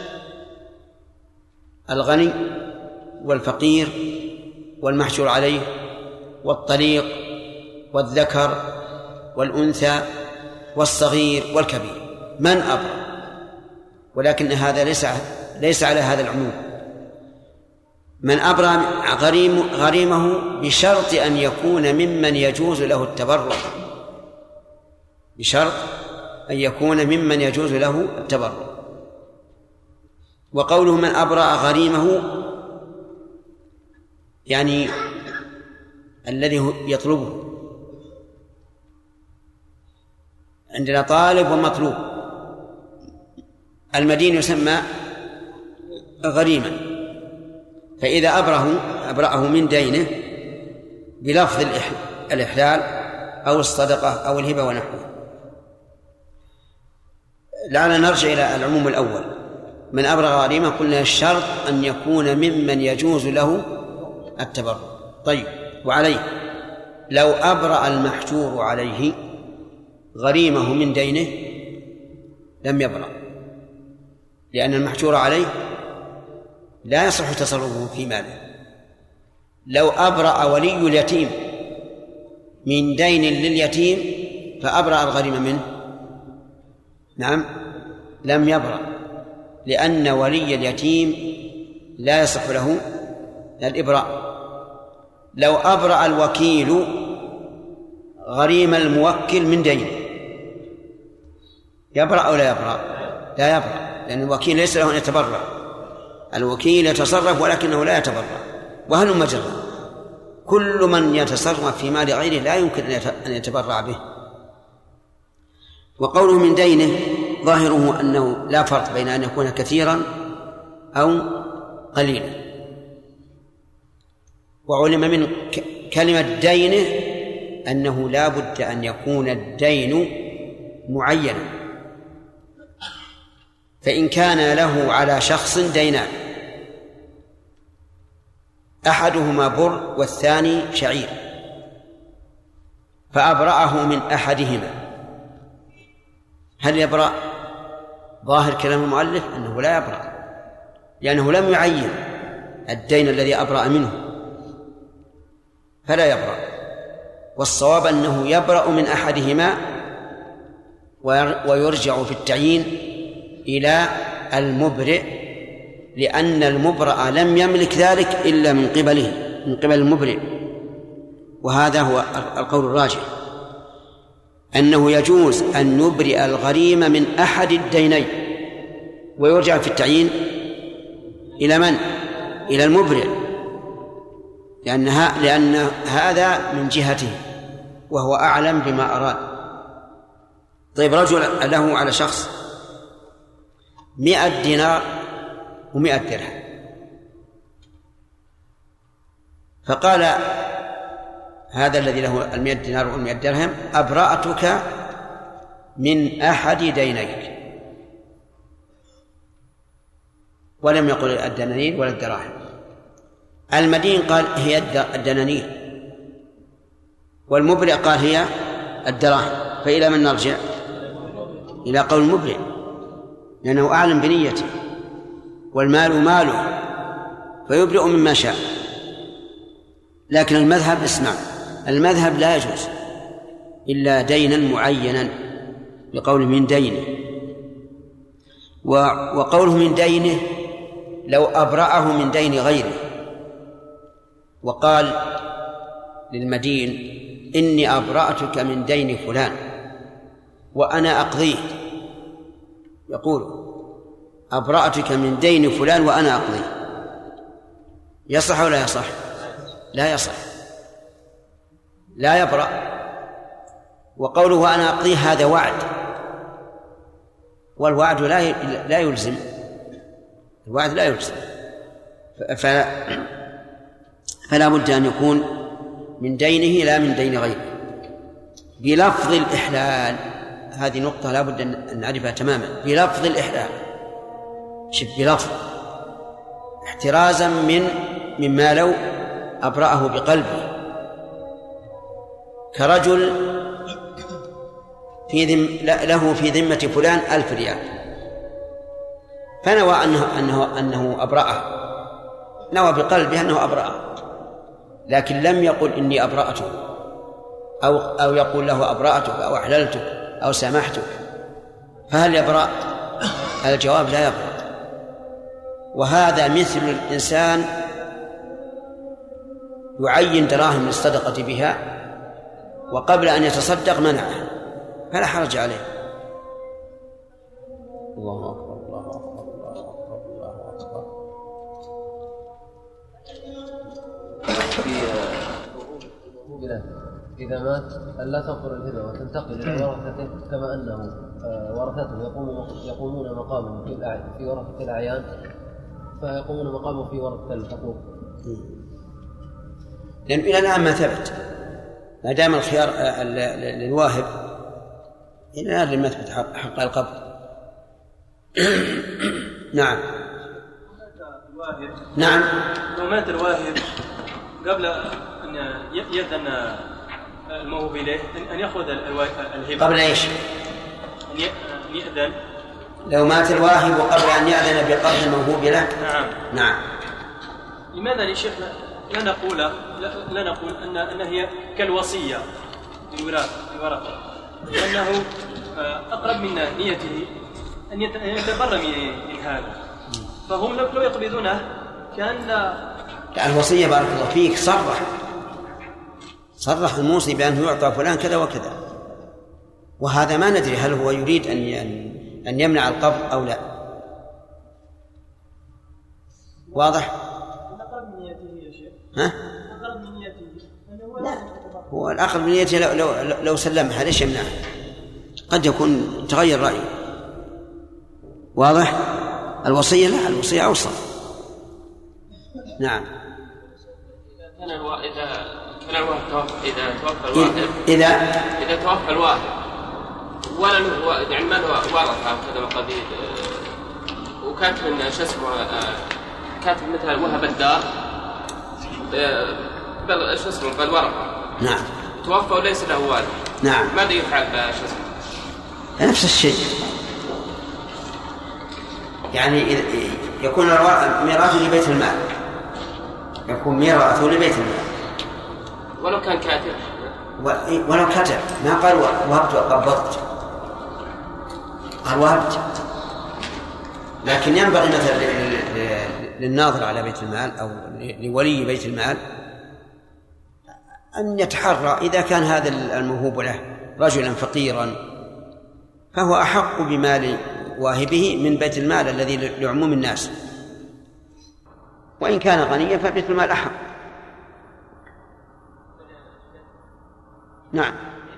S1: الغني والفقير والمحجور عليه والطليق والذكر والأنثى والصغير والكبير، من أبرأ. ولكن هذا ليس على هذا العموم. من أبرأ غريمه بشرط أن يكون ممن يجوز له التبرع، بشرط أن يكون ممن يجوز له التبرع. وقوله من أبرأ غريمه يعني الذي يطلبه. عندنا طالب ومطلوب. المدين يسمى غريما، فإذا أبرأه من دينه بلفظ الإحلال أو الصدقة أو الهبة ونحوه. لعلنا نرجع إلى العموم الأول. من أبرأ غريمة قلنا الشرط أن يكون ممن يجوز له التبرع. طيب، وعليه لو أبرأ المحجور عليه غريمه من دينه لم يبرأ، لأن المحجور عليه لا يصح تصرفه في ماله. لو أبرأ ولي اليتيم من دين لليتيم فأبرأ الغريم منه، نعم، لم يبرأ، لأن ولي اليتيم لا يصح له الإبراء. لو أبرأ الوكيل غريم الموكل من دينه يبرأ أو لا يبرأ؟ لا يبرأ، لأن الوكيل ليس له أن يتبرع. الوكيل يتصرف ولكنه لا يتبرع. وهل مجرى كل من يتصرف في مال غيره لا يمكن أن يتبرع به، وقوله من دينه ظاهره أنه لا فرق بين أن يكون كثيرا أو قليلا. وعلم من كلمة دينه أنه لا بد أن يكون الدين معينا، فإن كان له على شخص دينان أحدهما بر والثاني شعير فأبرأه من أحدهما، هل يبرأ؟ ظاهر كلام المؤلف أنه لا يبرأ، لأنه لم يعين الدين الذي أبرأ منه فلا يبرأ. والصواب أنه يبرأ من أحدهما ويرجع في التعيين إلى المبرئ، لأن المبرأ لم يملك ذلك إلا من قبل المبرئ. وهذا هو القول الراجح، أنه يجوز أن يبرئ الغريم من أحد الدينين ويرجع في التعيين إلى من؟ إلى المبرئ، لأن هذا من جهته وهو أعلم بما أراد. طيب، رجل له على شخص 100 دينار و100 درهم، فقال هذا الذي له 100 دينار و100 درهم أبرأتك من أحد دينيك، ولم يقل الدنانير ولا الدراهم. المدين قال هي الدنانير، والمبرئ قال هي الدراهم، فإلى من نرجع؟ إلى قول المبرئ، لأنه أعلم بنيته، والمال ماله فيبرئ مما شاء. لكن المذهب، اسمع، المذهب لا يجوز إلا دينا معينا بقول من دينه. وقوله من دينه لو أبرأه من دين غيره وقال للمدين إني أبرأتك من دين فلان وأنا أقضيه، يقول أبرأتك من دين فلان وأنا أقضيه، يصح ولا يصح؟ لا يصح، لا يبرأ. وقوله وأنا أقضيه هذا وعد، والوعد لا يلزم، الوعد لا يلزم، فلا بد أن يكون من دينه لا من دين غيره بلفظ الإحلال. هذه نقطة لا بد أن نعرفها تماما، بلفظ الإحلال، بلفظ، احترازا مما لو أبرأه بقلبه، كرجل له في ذمة فلان 1000 ريال، فنوى أنه أبرأه، نوى بقلبه أنه أبرأه، لكن لم يقل إني أبرأته، أو يقول له أبرأتك أو أحللتك أو سامحتك، فهل يبرأ؟ الجواب لا يبرأ. وهذا مثل الإنسان يعين دراهم للصدقة بها وقبل أن يتصدق منعها، فلا حرج عليه. الله أكبر، الله أكبر، الله أكبر، الله أكبر.
S14: إذا مات ألا تنقل الهبة وتنتقل إلى ورثته، كما أنه ورثته يقومون مقامه في ورثة الأعيان، فيقومون مقامه في ورثة الحقوق.
S1: لأن إلى الآن ما ثبت، ما دام الخيار للواهب إلى الآن لم يثبت حق القبض. نعم، نعم.
S13: لو مات الواهب قبل أن يأذن الموهوب إليه أن يأخذ الهبة
S1: قبل إيش؟
S13: أن يأذن.
S1: لو مات الواهب قبل أن يأذن بقبض الموهوب له.
S13: نعم،
S1: نعم.
S13: لماذا يا شيخ لا نقول أن هي كالوصية للورثة، لأنه أقرب من نيته أن يتبرى من هذا، فهم لو يقبضونه كان
S1: لا، الوصية بارك الله فيك صرح الموصي بأنه يعطى فلان كذا وكذا، وهذا ما ندري هل هو يريد أن يمنع القبض أو لا. واضح؟
S13: أقرب من نيته يا شيخ.
S1: ها؟
S13: أقرب من نيته.
S1: لا، هو الأقرب من نيته لو سلمها ليش يمنعها؟ قد يكون تغير رأيه. واضح؟ الوصية لا، الوصية أوصى. نعم.
S15: إذا توفى الواهب إذا توفى الواهب ولا له يعني ما له ورثة أو كذا مقابيل وكاتب شو اسمه كاتب مثل وهب الدار شو اسمه بالورقة.
S1: نعم.
S15: توفى وليس له والد.
S1: نعم.
S15: ماذا يفعل شو اسمه؟
S1: نفس الشيء، يعني يكون ميراثه لبيت المال، يكون ميراثه لبيت المال
S15: ولو كان كاتب.
S1: ولو كتب، ما قال وهبت وقبضت، قال وهبت. لكن ينبغي مثلا للناظر على بيت المال أو لولي بيت المال أن يتحرى إذا كان هذا الموهوب له رجلا فقيرا فهو أحق بمال واهبه من بيت المال الذي لعموم الناس، وإن كان غنيا فبيت المال أحق. نعم.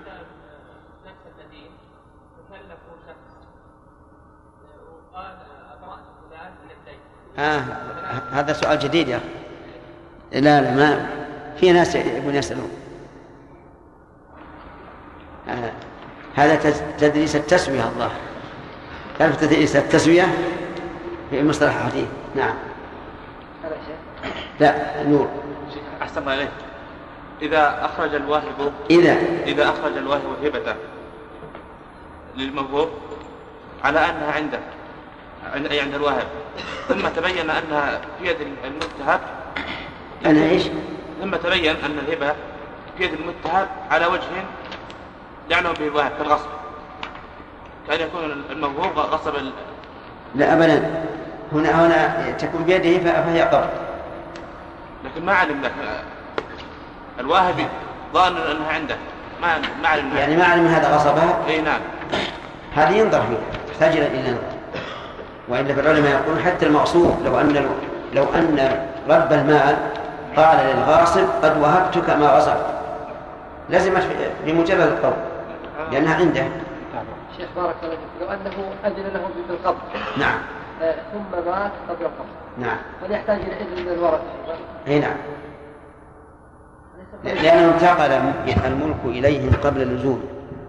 S1: هذا سؤال جديد يا أخي. لا ما في ناس يبون يسألون. هذا تدريس التسوية. الله تعرف تدريس التسوية في مصطلح الحديث. نعم. لا نور.
S2: أحسن عليك. إذا أخرج الواهب هبته للموهوب على أنها عنده أي عند الواهب، ثم تبين أنها في يد المتهب.
S1: أنا إيش؟
S2: ثم تبين أن الهبة في يد المتهب على وجه يعلم به الواهب كالغصب، كأن يكون الموهوب غصب
S1: لا أبدا، هنا تكون بيده فهي قبض،
S2: لكن ما علم له الواهب ظن أنها عنده، ما علم
S1: يعني ما علم هذا غصبها.
S2: أي نعم.
S1: هذه ينظر فيه، تحتاج إلى نظر. وإلا فالعلماء يقولون حتى المغصوب لو أن رب المال قال للغاصب قد وهبتك ما غصب لازمت بمجرد القول لأنها عنده.
S14: شيخ بارك الله فيك، لو أنه أذن له بالقبض.
S1: نعم.
S14: ثم مات قبل القبض.
S1: نعم.
S14: هل يحتاج إلى إذن من الورثة؟
S1: أي نعم، لأنه انتقل الملك إليهم قبل اللزوم.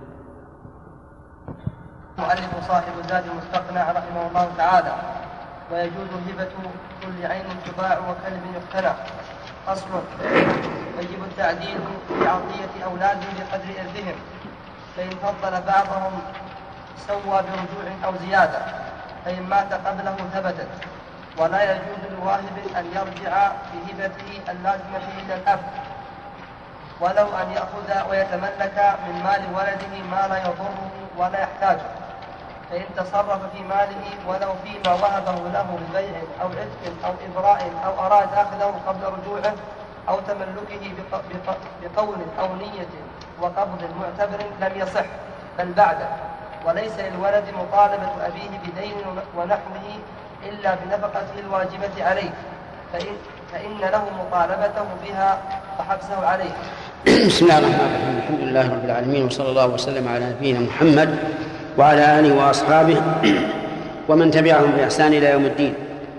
S16: مؤلف صاحب الزاد المستقنع رحمه الله تعالى: ويجوز هبة كل عين تباع وكلب يقتنع. أصل: يجب التعديل في عطية أولادهم بقدر إرثهم، فإن فضل بعضهم سوى برجوع أو زيادة، فإن مات قبله ثبتت. ولا يجوز لواهب أن يرجع بهبته اللازمة إلى الأب، ولو أن يأخذ ويتملك من مال ولده ما لا يضره ولا يحتاجه، فإن تصرف في ماله ولو فيما وهبه له ببيع أو عتق أو إبراء أو أراد أخذه قبل رجوعه أو تملكه بقول أو نية وقبض معتبر لم يصح بل بعده. وليس للولد مطالبة أبيه بدين ونحوه إلا بنفقته الواجبة عليه، فإن له مطالبته بها وحبسه عليه.
S1: بسم الله الرحمن الرحيم. الحمد لله رب العالمين، وصلى الله وسلم على نبينا محمد وعلى آله وأصحابه ومن تبعهم بإحسان إلى يوم الدين.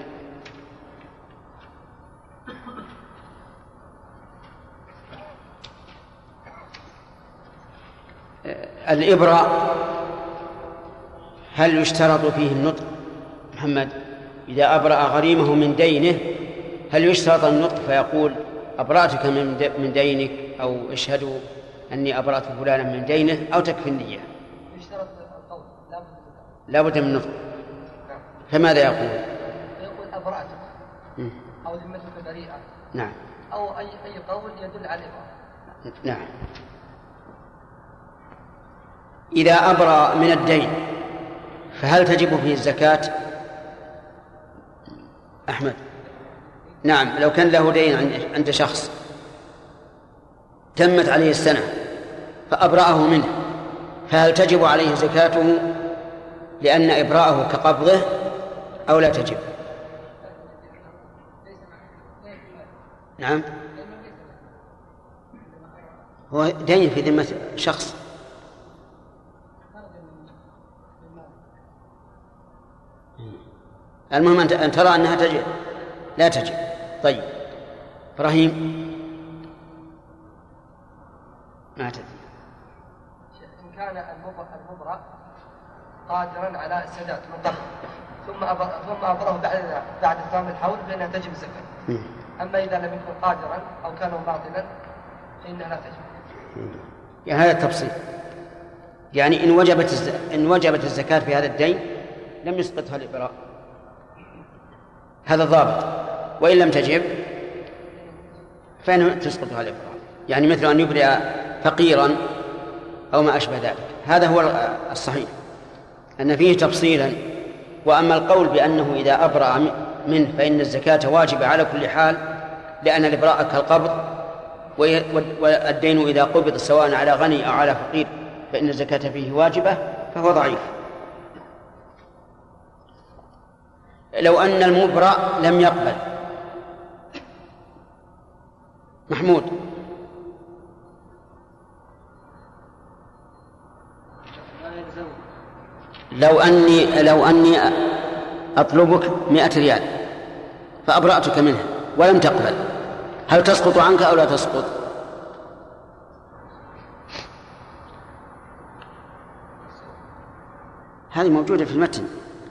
S1: الإبراء هل يشترط فيه النطق؟ محمد، إذا أبرأ غريمه من دينه هل يشترط النطق فيقول أبرأتك من دينك أو اشهدوا أني أبرأت فلانا من دينه، أو تكفي النية؟
S16: يشترط القول،
S1: لا بد من النطق. فماذا يقول؟
S16: يقول أبرأتك أو ذمتك بريئة.
S1: نعم.
S16: أو أي قول يدل على الإبراء.
S1: نعم. إذا أبرأ من الدين فهل تجب فيه الزكاة؟ أحمد. نعم، لو كان له دين عند شخص تمت عليه السنة فأبرأه منه، فهل تجب عليه زكاته لأن إبراءه كقبضه أو لا تجب؟ نعم، هو دين في ذمة شخص. المهم أن ترى أنها تجب لا تجب. طيب إبراهيم ما تدري.
S16: إن كان المبرأ قادرا على السداد من قبل ثم أبره بعد تمام الحول فإنها تجب الزكاة. أما إذا لم يكن قادرا أو كان باطلا فإنها لا تجب.
S1: يعني هذا التفصيل، يعني إن وجبت الزكاة في هذا الدين لم يسقطها الإبراء، هذا الضابط. وإن لم تجب فإنه تسقطها الإبراء، يعني مثل أن يبرئ فقيرا أو ما أشبه ذلك. هذا هو الصحيح أن فيه تفصيلا. وأما القول بأنه إذا أبرأ منه فإن الزكاة واجبة على كل حال لأن الإبراء كالقبض، والدين إذا قبض سواء على غني أو على فقير فإن الزكاة فيه واجبة، فهو ضعيف. لو أن المبرأ لم يقبل محمود، لو أني أطلبك 100 ريال فأبرأتك منها ولم تقبل، هل تسقط عنك أو لا تسقط؟ هذه موجودة في المتن.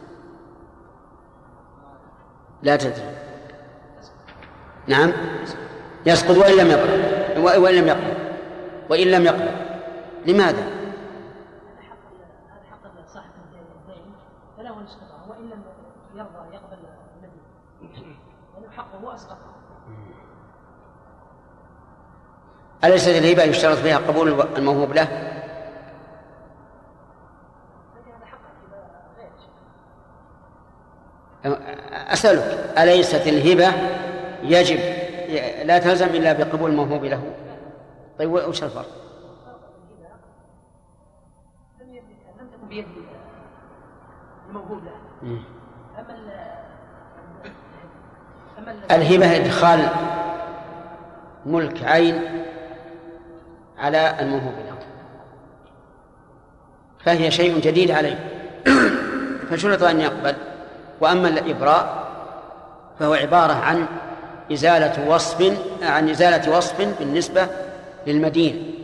S1: لا تدري. نعم يسقط وإن لم يقبل. وإن لم يقبل لماذا؟
S5: يرضى يقبل المدين لأنه حقه وأسقطه.
S1: أليست الهبة يشترط فيها قبول الموهوب له؟ أسألك أليست الهبة يجب لا تلزم إلا بقبول الموهوب له؟ طيب وش الفرق؟
S5: لم تكن بيد الموهوب له.
S1: الهبة إدخال ملك عين على الموهوب له، فهي شيء جديد عليه فشرط أن يقبل. وأما الإبراء فهو عبارة عن إزالة وصف بالنسبة للمدين،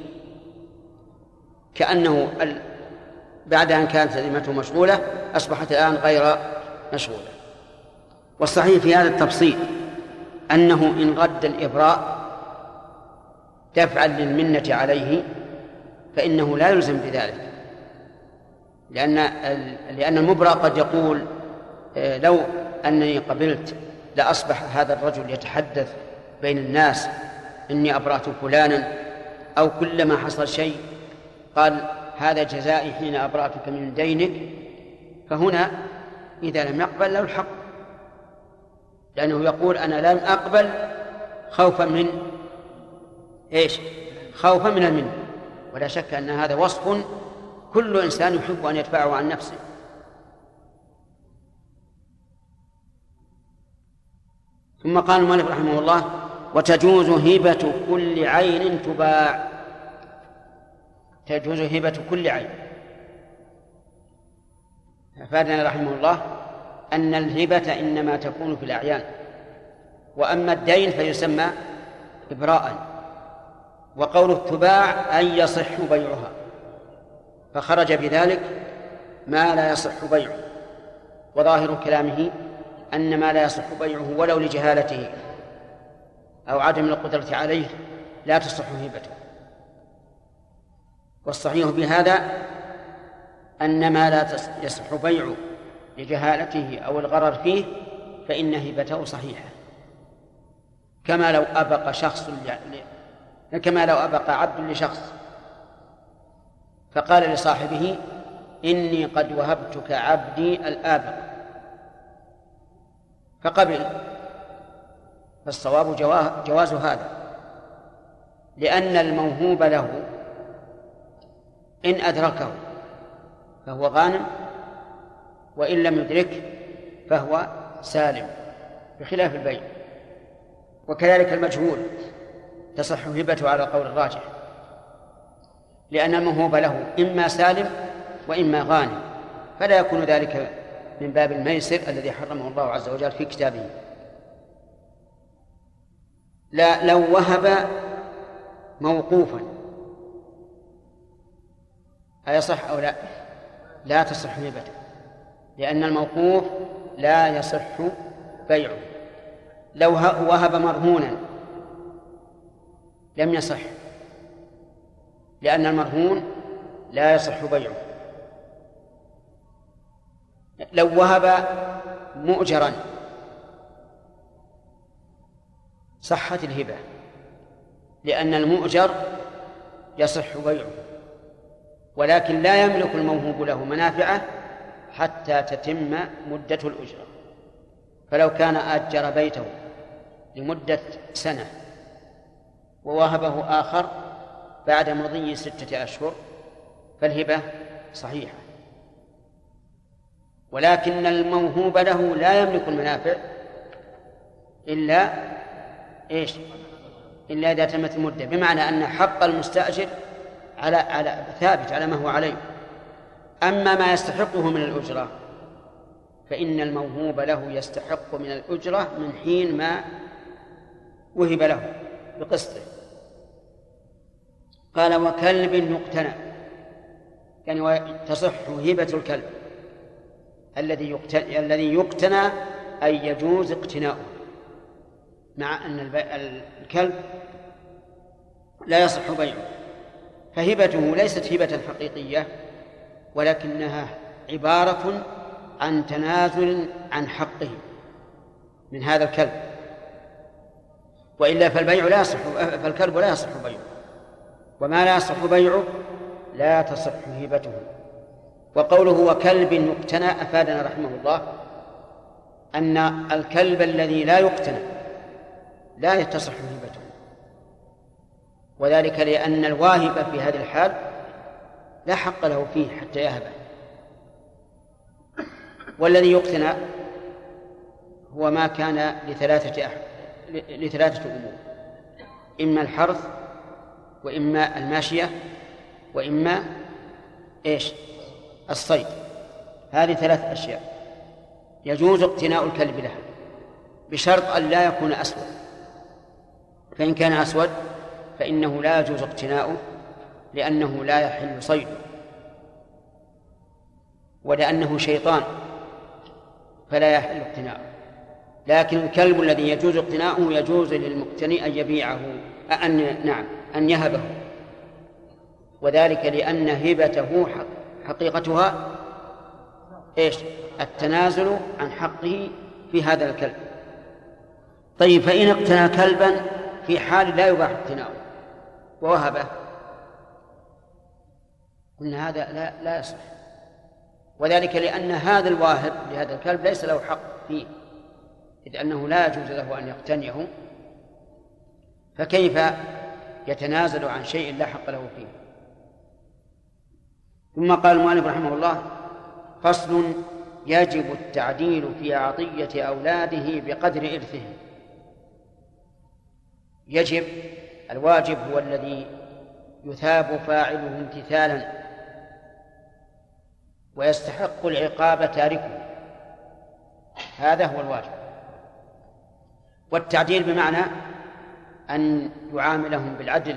S1: كأنه بعد أن كانت ذمته مشغولة أصبحت الآن غير مشغولة. والصحيح في هذا التفصيل أنه إن رد الإبراء دفعا للمنة عليه فإنه لا يلزم بذلك، لأن المبرأ قد يقول لو أنني قبلت لأصبح هذا الرجل يتحدث بين الناس إني أبرأت فلانا، أو كلما حصل شيء قال هذا جزائي حين أبرأتك من دينك، فهنا إذا لم يقبل له الحق، لأنه يقول أنا لم أقبل خوفا من خوفا من المنة. ولا شك أن هذا وصف كل إنسان يحب أن يدفعه عن نفسه. ثم قال المؤلف رحمه الله وتجوز هبة كل عين تباع. تجوز هبة كل عين. أفادنا رحمه الله أن الهبة إنما تكون في الأعيان، وأما الدين فيسمى إبراء. وقول تباع أن يصح بيعها، فخرج بذلك ما لا يصح بيعه. وظاهر كلامه أن ما لا يصح بيعه ولو لجهالته أو عدم القدرة عليه لا تصح هبته. والصحيح بهذا أن ما لا يصح بيعه لجهالته أو الغرر فيه فإن هبته صحيحة، كما لو أبق عبد لشخص فقال لصاحبه إني قد وهبتك عبدي الآبق، فقبل، فالصواب جواز هذا، لأن الموهوب له إن أدركه فهو غانم، وإن لم يدركه فهو سالم، بخلاف البيع. وكذلك المجهول تصح هبته على القول الراجح، لأن الموهوب له إما سالم وإما غانم، فلا يكون ذلك من باب الميسر الذي حرمه الله عز وجل في كتابه. لا لو وهب موقوفا أيصح أو لا؟ لا تصح هبته، لأن الموقوف لا يصح بيعه. لو وهب مرهونا لم يصح، لأن المرهون لا يصح بيعه. لو وهب مؤجرا صحت الهبة، لأن المؤجر يصح بيعه، ولكن لا يملك الموهوب له منافعه حتى تتم مدة الأجرة. فلو كان أجر بيته لمدة سنة ووهبه آخر بعد مضي 6 أشهر فالهبة صحيحة، ولكن الموهوب له لا يملك المنافع إلا إذا تمت المدة، بمعنى أن حق المستأجر على ثابت على ما هو عليه. أما ما يستحقه من الأجرة فإن الموهوب له يستحق من الأجرة من حين ما وهب له بقسطه. قال وكلب يقتنى، يعني تصح هبة الكلب الذي يقتنى أي يجوز اقتناؤه، مع أن الكلب لا يصح بيعه، فهبته ليست هبة حقيقية ولكنها عبارة عن تنازل عن حقه من هذا الكلب، وإلا فالكلب لا يصح بيعه، وما لا يصح بيعه لا تصح هبته. وقوله وكلب يقتنى أفادنا رحمه الله أن الكلب الذي لا يقتنى لا يتصح هبته، وذلك لأن الواهب في هذه الحال لا حق له فيه حتى يهبه. والذي يقتنى هو ما كان لثلاثة أمور: إما الحرث، وإما الماشية، وإما الصيد. هذه 3 أشياء يجوز اقتناء الكلب لها بشرط أن لا يكون أسود، فإن كان أسود فإنه لا يجوز اقتناؤه لأنه لا يحل صيده، ولأنه شيطان فلا يحل اقتناؤه. لكن الكلب الذي يجوز اقتناؤه يجوز للمقتني أن يبيعه أن يهبه، وذلك لأن هبته حقيقتها التنازل عن حقه في هذا الكلب. طيب، فإن اقتنى كلبا في حال لا يباح اقتناؤه ووهبه قلنا هذا لا يصح، وذلك لأن هذا الواهب لهذا الكلب ليس له حق فيه، إذ أنه لا يجوز له أن يقتنيه، فكيف يتنازل عن شيء لا حق له فيه؟ ثم قال المؤلف رحمه الله: فصل: يجب التعديل في عطية أولاده بقدر إرثهم. يجب، الواجب هو الذي يثاب فاعله امتثالا ويستحق العقاب تاركه، هذا هو الواجب. والتعديل بمعنى أن يعاملهم بالعدل.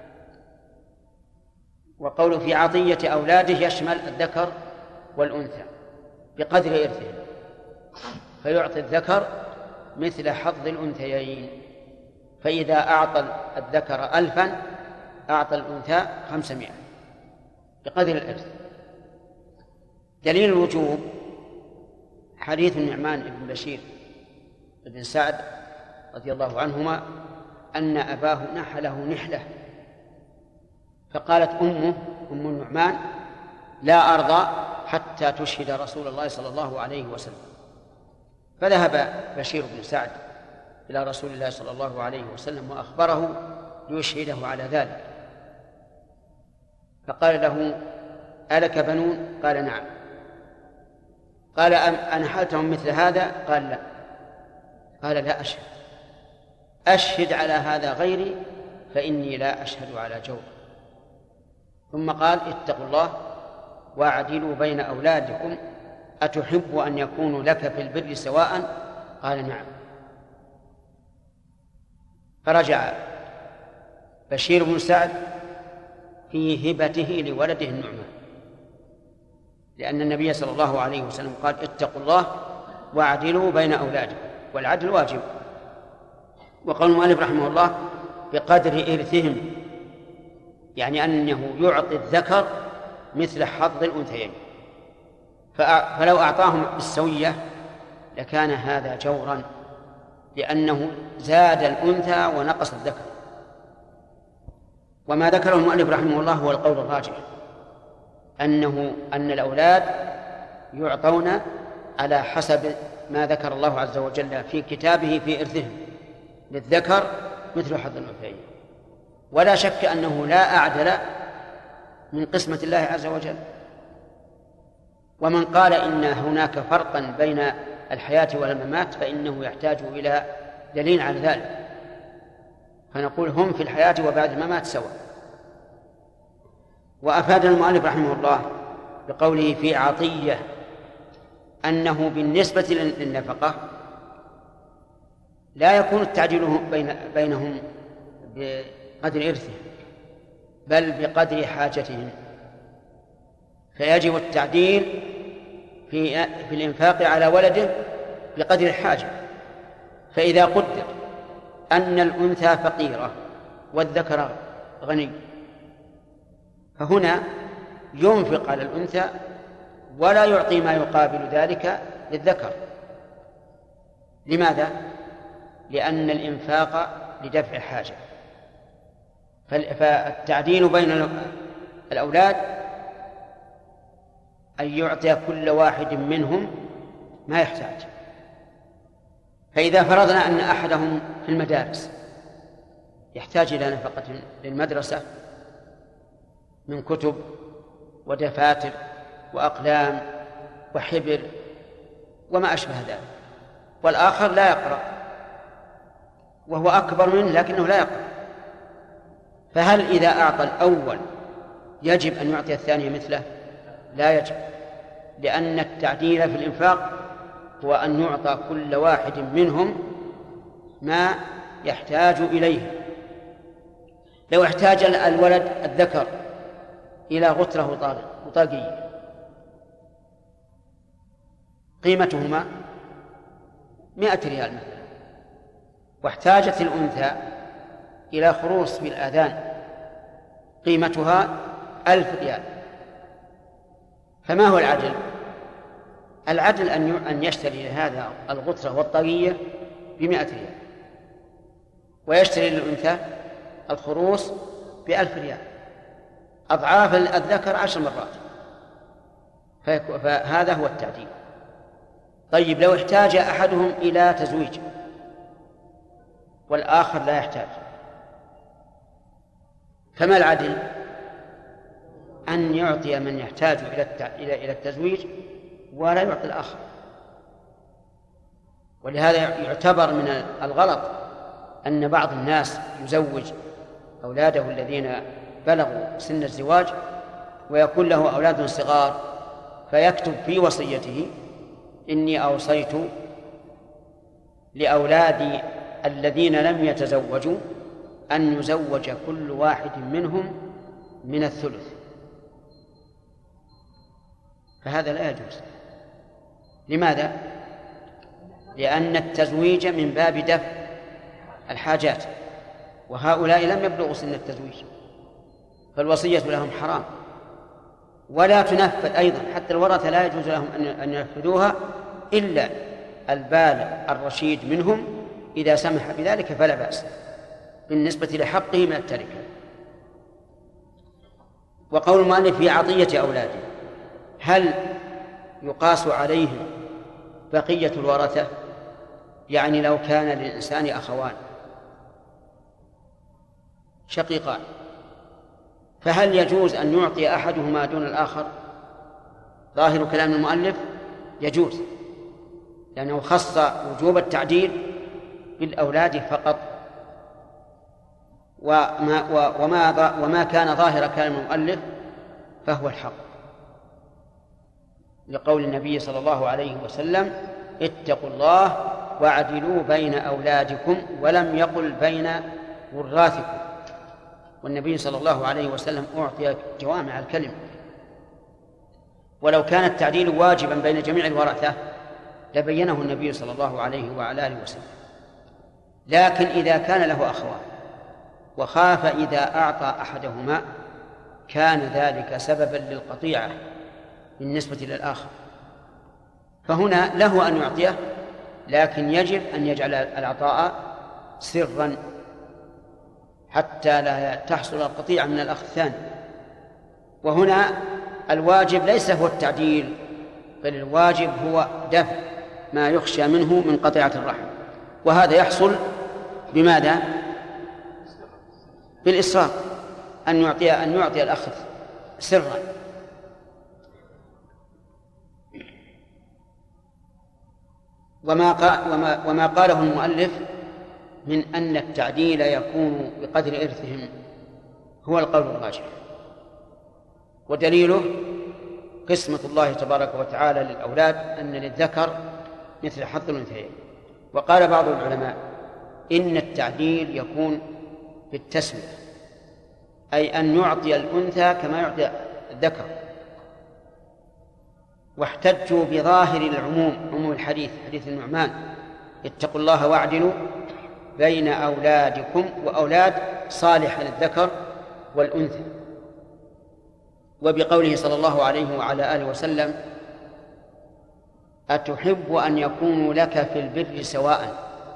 S1: وقوله في عطية أولاده يشمل الذكر والأنثى بقدر إرثهم، فيعطي الذكر مثل حظ الأنثيين، فإذا أعطى الذكر 1000 أعطى الأنثى 500 بقدر الإرث. دليل الوجوب حديث النعمان بن بشير بن سعد رضي الله عنهما أن أباه نحله نحلة، فقالت أم النعمان: لا أرضى حتى تشهد رسول الله صلى الله عليه وسلم. فذهب بشير بن سعد إلى رسول الله صلى الله عليه وسلم وأخبره ليشهده على ذلك، فقال له: ألك بنون؟ قال: نعم. قال: أنحلتهم مثل هذا؟ قال: لا. قال: لا أشهد على هذا غيري فإني لا أشهد على جور. ثم قال: اتقوا الله واعدلوا بين أولادكم أتحب أن يكونوا لك في البر سواء؟ قال نعم. فرجع بشير بن سعد في هبته لولده النعمان، لأن النبي صلى الله عليه وسلم قال اتقوا الله واعدلوا بين أولادكم، والعدل واجب. وقال المؤلف رحمه الله بقدر إرثهم، يعني أنه يعطي الذكر مثل حظ الأنثيين، فلو أعطاهم بالسوية لكان هذا جورا، لأنه زاد الأنثى ونقص الذكر. وما ذكره المؤلف رحمه الله هو القول الراجح، أن الأولاد يعطون على حسب ما ذكر الله عز وجل في كتابه في إرثهم، للذكر مثل حظ الأنثيين، ولا شك أنه لا أعدل من قسمة الله عز وجل. ومن قال إن هناك فرقا بين الحياة والممات فإنه يحتاج إلى دليل على ذلك، فنقول هم في الحياة وبعد الممات سواء. وأفاد المؤلف رحمه الله بقوله في عطية أنه بالنسبة للنفقة لا يكون التعديل بينهم بقدر إرثهم بل بقدر حاجتهم، فيجب التعديل في الإنفاق على ولده بقدر الحاجة. فإذا قدر أن الأنثى فقيرة والذكر غني، فهنا ينفق على الأنثى ولا يعطي ما يقابل ذلك للذكر. لماذا؟ لأن الإنفاق لدفع الحاجة، فالتعديل بين الأولاد أن يعطي كل واحد منهم ما يحتاج. فإذا فرضنا أن أحدهم في المدارس يحتاج إلى نفقة للمدرسة من كتب ودفاتر وأقلام وحبر وما أشبه ذلك، والآخر لا يقرأ وهو أكبر منه لكنه لا يقرأ، فهل إذا أعطى الأول يجب أن يعطي الثاني مثله؟ لا يجب، لأن التعديل في الإنفاق هو أن يعطى كل واحد منهم ما يحتاج إليه. لو احتاج الولد الذكر إلى غترة وطاقية قيمتهما 100 ريال مثلا، واحتاجت الأنثى إلى خروص في الآذان قيمتها 1000 ريال، فما هو العدل؟ العدل أن يشتري هذا الغترة والطاقية ب100 ريال، ويشتري للأنثى الخروص ب1000 ريال، أضعاف الذكر 10 مرات، فهذا هو التعديل. طيب لو احتاج أحدهم إلى تزويج والآخر لا يحتاج، فما العدل؟ أن يعطي من يحتاج إلى التزويج ولا يعطي الآخر. ولهذا يعتبر من الغلط أن بعض الناس يزوج أولاده الذين بلغوا سن الزواج ويكون له أولاد صغار، فيكتب في وصيته إني أوصيت لأولادي الذين لم يتزوجوا أن يزوج كل واحد منهم من الثلث، فهذا لا يجوز. لماذا؟ لأن التزويج من باب دفع الحاجات، وهؤلاء لم يبلغوا سن التزويج، فالوصية لهم حرام ولا تنفذ أيضا، حتى الورثة لا يجوز لهم أن ينفذوها إلا البالغ الرشيد منهم، إذا سمح بذلك فلا بأس بالنسبة لحقه من التركة. وقول المؤلف في عطية أولاده، هل يقاس عليهم بقية الورثة؟ يعني لو كان للإنسان أخوان شقيقان، فهل يجوز أن يعطي أحدهما دون الآخر؟ ظاهر كلام المؤلف يجوز، لأنه خص وجوب التعديل بالأولاد فقط، وما كان ظاهر كلام المؤلف فهو الحق. لقول النبي صلى الله عليه وسلم: اتقوا الله واعدلوا بين أولادكم، ولم يقل بين وراثكم. والنبي صلى الله عليه وسلم أعطي جوامع الكلم، ولو كان التعديل واجبا بين جميع الورثة لبينه النبي صلى الله عليه وعلى آله وسلم. لكن إذا كان له أخوان وخاف إذا أعطى أحدهما كان ذلك سببا للقطيعة بالنسبة للآخر، فهنا له أن يعطيه، لكن يجب أن يجعل العطاء سرا حتى لا تحصل القطيعة من الأخ الثاني. وهنا الواجب ليس هو التعديل، بل الواجب هو دفع ما يخشى منه من قطيعة الرحم، وهذا يحصل بماذا؟ بالإسراف، أن يعطي الأخ سرا. وما قاله المؤلف من أن التعديل يكون بقدر إرثهم هو القول الراجح، ودليله قسمة الله تبارك وتعالى للأولاد أن للذكر مثل حظ الأنثيين. وقال بعض العلماء إن التعديل يكون بالتسوية، أي أن يعطي الأنثى كما يعطي الذكر، واحتجوا بظاهر العموم، عموم الحديث، حديث النعمان: اتقوا الله واعدلوا بين أولادكم، وأولاد صالح للذكر والأنثى. وبقوله صلى الله عليه وعلى آله وسلم: أتحب أن يكونوا لك في البر سواء،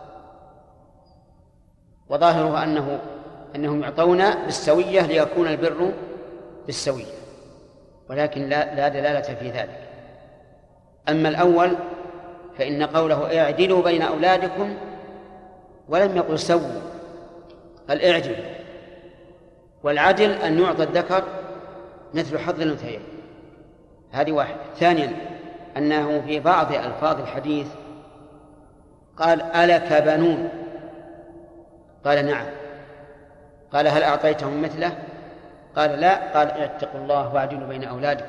S1: وظاهره أنهم يعطون بالسوية ليكون البر بالسوية، ولكن لا دلالة في ذلك. أما الأول فإن قوله اعدلوا بين أولادكم ولم يقل سووا، قال اعدلوا، والعدل أن يعطى الذكر مثل حظ الأنثيين. هذه واحدة. ثانيا أنه في بعض ألفاظ الحديث قال: ألك بنون؟ قال: نعم. قال: هل أعطيتهم مثله؟ قال: لا. قال: اتقوا الله واعدلوا بين أولادكم.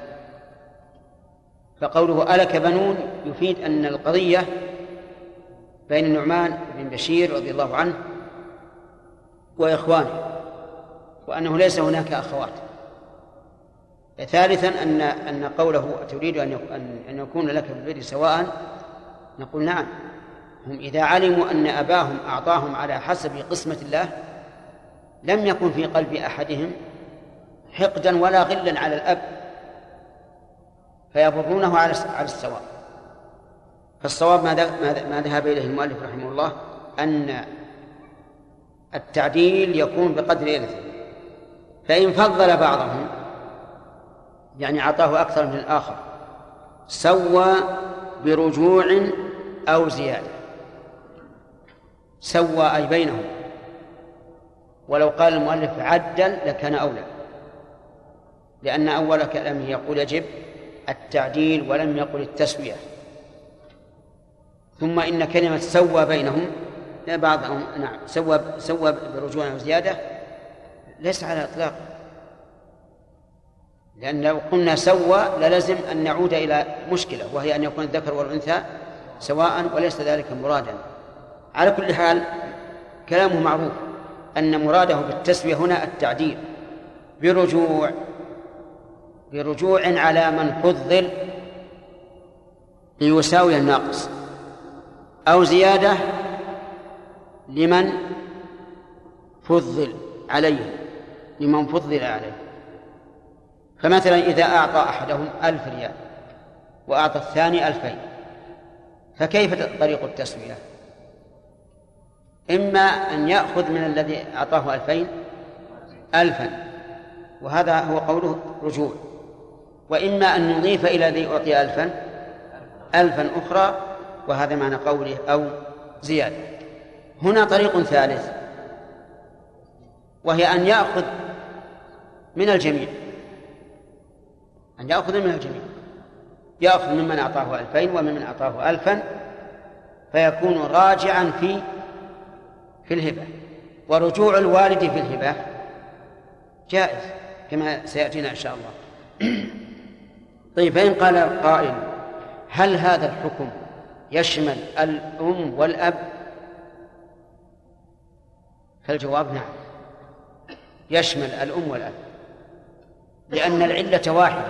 S1: فقوله ألك بنون يفيد أن القضية بين النعمان بن بشير رضي الله عنه وإخوانه، وأنه ليس هناك أخوات. ثالثا أن قوله تريد أن يكون لك بالبر سواء، نقول نعم، هم إذا علموا أن أباهم أعطاهم على حسب قسمة الله لم يكن في قلب أحدهم حقدا ولا غلا على الأب، فيبرونه على السواء. فالصواب ما ذهب إليه المؤلف رحمه الله أن التعديل يكون بقدر إرثه، فإن فضل بعضهم يعني أعطاه أكثر من الآخر سوى برجوع أو زيادة، سوى أي بينهم. ولو قال المؤلف عدل لكان أولى، لأن أول كلامه يقول يجب التعديل ولم يقل التسوية. ثم إن كلمة سوى بينهم بعضهم نعم سوى برجوع أو زيادة ليس على إطلاق، لأن لو قلنا سوى للزم أن نعود إلى مشكلة، وهي أن يكون الذكر والأنثى سواء، وليس ذلك مرادا. على كل حال كلامه معروف أن مراده بالتسوية هنا التعديل برجوع على من فضل ليساوي الناقص، أو زيادة لمن فضل عليه، فمثلا إذا أعطى أحدهم 1000 ريال وأعطى الثاني 2000، فكيف طريق التسوية؟ إما أن يأخذ من الذي أعطاه 2000 1000، وهذا هو قوله رجوع، وإما أن يضيف إلى الذي أعطي 1000 أخرى، وهذا معنى قوله أو زيادة. هنا طريق ثالث، وهي أن يأخذ من الجميع، يأخذ ممن أعطاه 2000 وممن أعطاه 1000، فيكون راجعا في الهبة. ورجوع الوالد في الهبة جائز كما سيأتينا إن شاء الله. طيب، فإن قال قائل هل هذا الحكم يشمل الأم والأب؟ فالجواب نعم، يشمل الأم والأب، لأن العلة واحدة.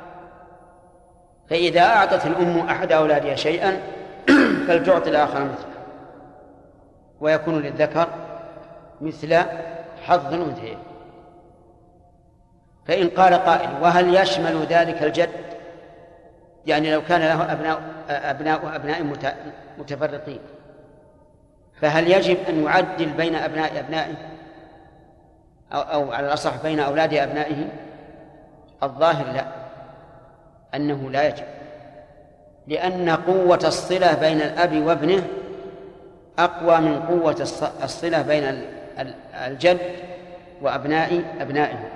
S1: فإذا أعطت الأم أحد أولادها شيئا فلتعطي الآخر مثله، ويكون للذكر مثل حظ الأنثيين. فإن قال قائل: وهل يشمل ذلك الجد؟ يعني لو كان له أبناء متفرقين، فهل يجب أن يعدل بين أبناء أبنائه أو على الأصح بين أولاد أبنائه؟ الظاهر لا، أنه لا يجب، لأن قوة الصلة بين الأب وابنه أقوى من قوة الصلة بين الجد وأبناء أبنائه.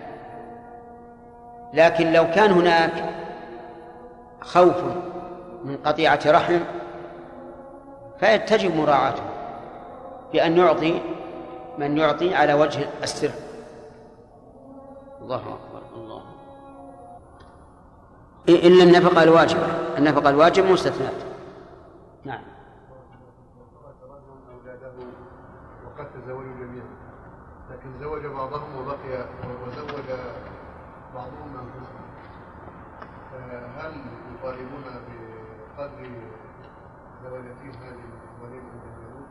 S1: لكن لو كان هناك خوف من قطيعة رحم فيتجب مراعاته بأن يعطي من يعطي على وجه السر. الله أكبر. الله. إلا النفقة الواجبة، النفقة الواجبة مستثنات. نعم.
S17: وقد تزوجوا جميعا، لكن زوج بعضهم وبقي وزوج بعضهم أنفسهم، هل يطالبون بقدر زوجتهم هذه الوليد الجميلون؟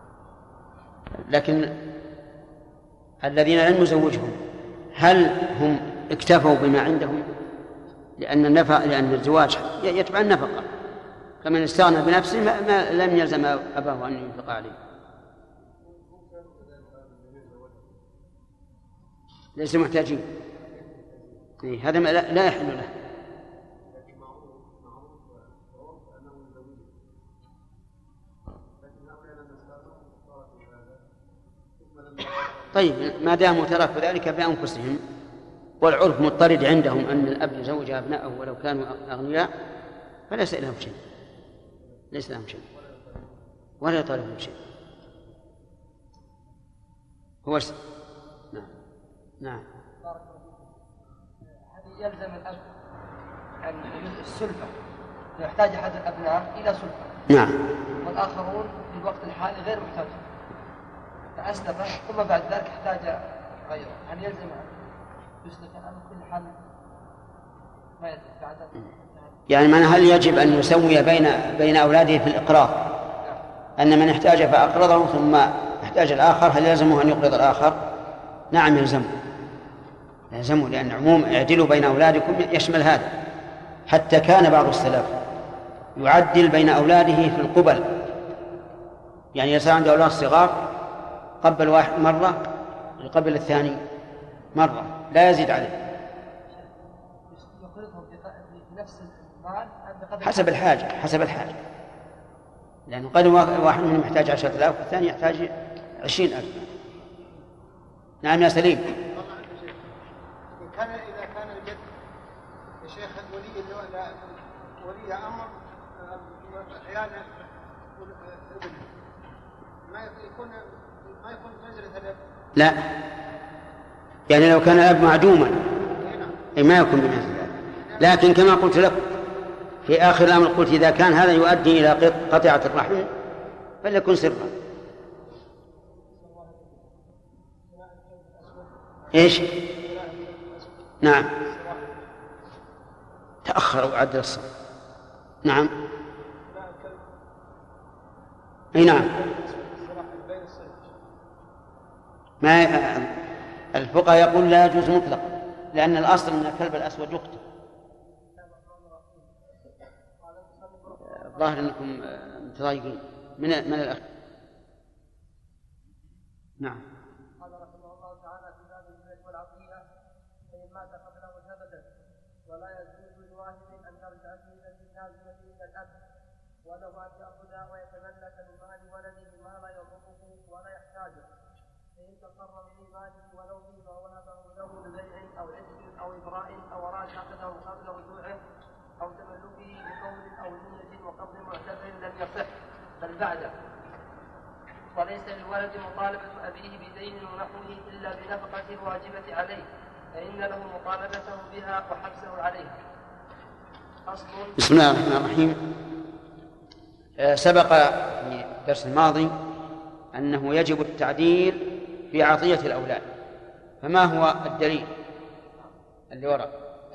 S1: لكن الذين لم يزوجهم هل هم اكتفوا بما عندهم؟ لأن الزواج يتبع النفقة، فمن استغنى بنفسه ما لم يلزم أباه أن ينفق عليه. ليس محتاجين، هذا لا يحل له. طيب، ما داموا تركوا ذلك بأنفسهم والعرف مضطرد عندهم أن الأب يزوج أبنائه ولو كانوا أغنياء، فليس لهم شيء، ليس لهم شيء ولا يطالبهم شيء. هو نعم. نعم.
S16: هل يلزم الأب أن السلفة يحتاج أحد الأبناء إلى سلفة؟
S1: نعم.
S16: والآخرون في الوقت الحالي غير محتاج، فأسلف ثم بعد ذلك احتاج غيره، هل يلزم أن يسلف عن كل حال ما يلزم بعد؟
S1: يعني من هل يجب أن يسوي بين أولاده في الإقراض؟ أن من احتاج فأقرضه ثم احتاج الآخر هل يلزمه أن يقرض الآخر؟ نعم يلزمه، لأن عموم اعدلوا بين أولادكم يشمل هذا. حتى كان بعض السلف يعدل بين أولاده في القبل، يعني يصير عنده أولاد صغار قبل واحد مرة يقبل الثاني مرة، لا يزيد عليه، حسب الحاجة، لأنه قد واحد منهم يحتاج 10,000 والثاني يحتاج 20,000. نعم يا سليم.
S6: إذا كان الجد يا شيخ ولي أمر أحيانا ما يكون منزلة الأب.
S1: لا، يعني لو كان الأب معدوما ما يكون بمنزلة، لكن كما قلت لك في آخر الأمر قلت إذا كان هذا يؤدي إلى قطيعة الرحم فليكن سرا. إيش؟ نعم، تأخر وعدل الصف. نعم. أي نعم. ما الفقهاء يقول لا يجوز مطلقا، لأن الأصل أن الكلب الأسود يقتل. الظاهر أنكم متضايقين من الأخ. نعم.
S16: قال رحمه الله تعالى في باب الهبة والعطية: فإن مات قبله هبة ولا يجوز لواحد أن ترجع الهبة اللازمة إلى الأب، وله أن يأخذها ويتملك من مال ولده ما لا يضره ولا يحتاجه، فإن تصرف في ماله ولو فيما وهبه له ببيع أو عتق أو إبراء أو أراد أخذه قبل رجوعه أو تملكه بقول أو نية وقبل معتبر لم يصح بل بعده، وليس للولد مطالبة أبيه بدين ونحوه إلا بنفقة الواجبة عليه، فإن له مطالبته بها وحبسه عليها.
S1: بسم الله الرحمن الرحيم. سبق في الدرس الماضي أنه يجب التعديل في عطية الأولاد، فما هو الدليل اللي وراء؟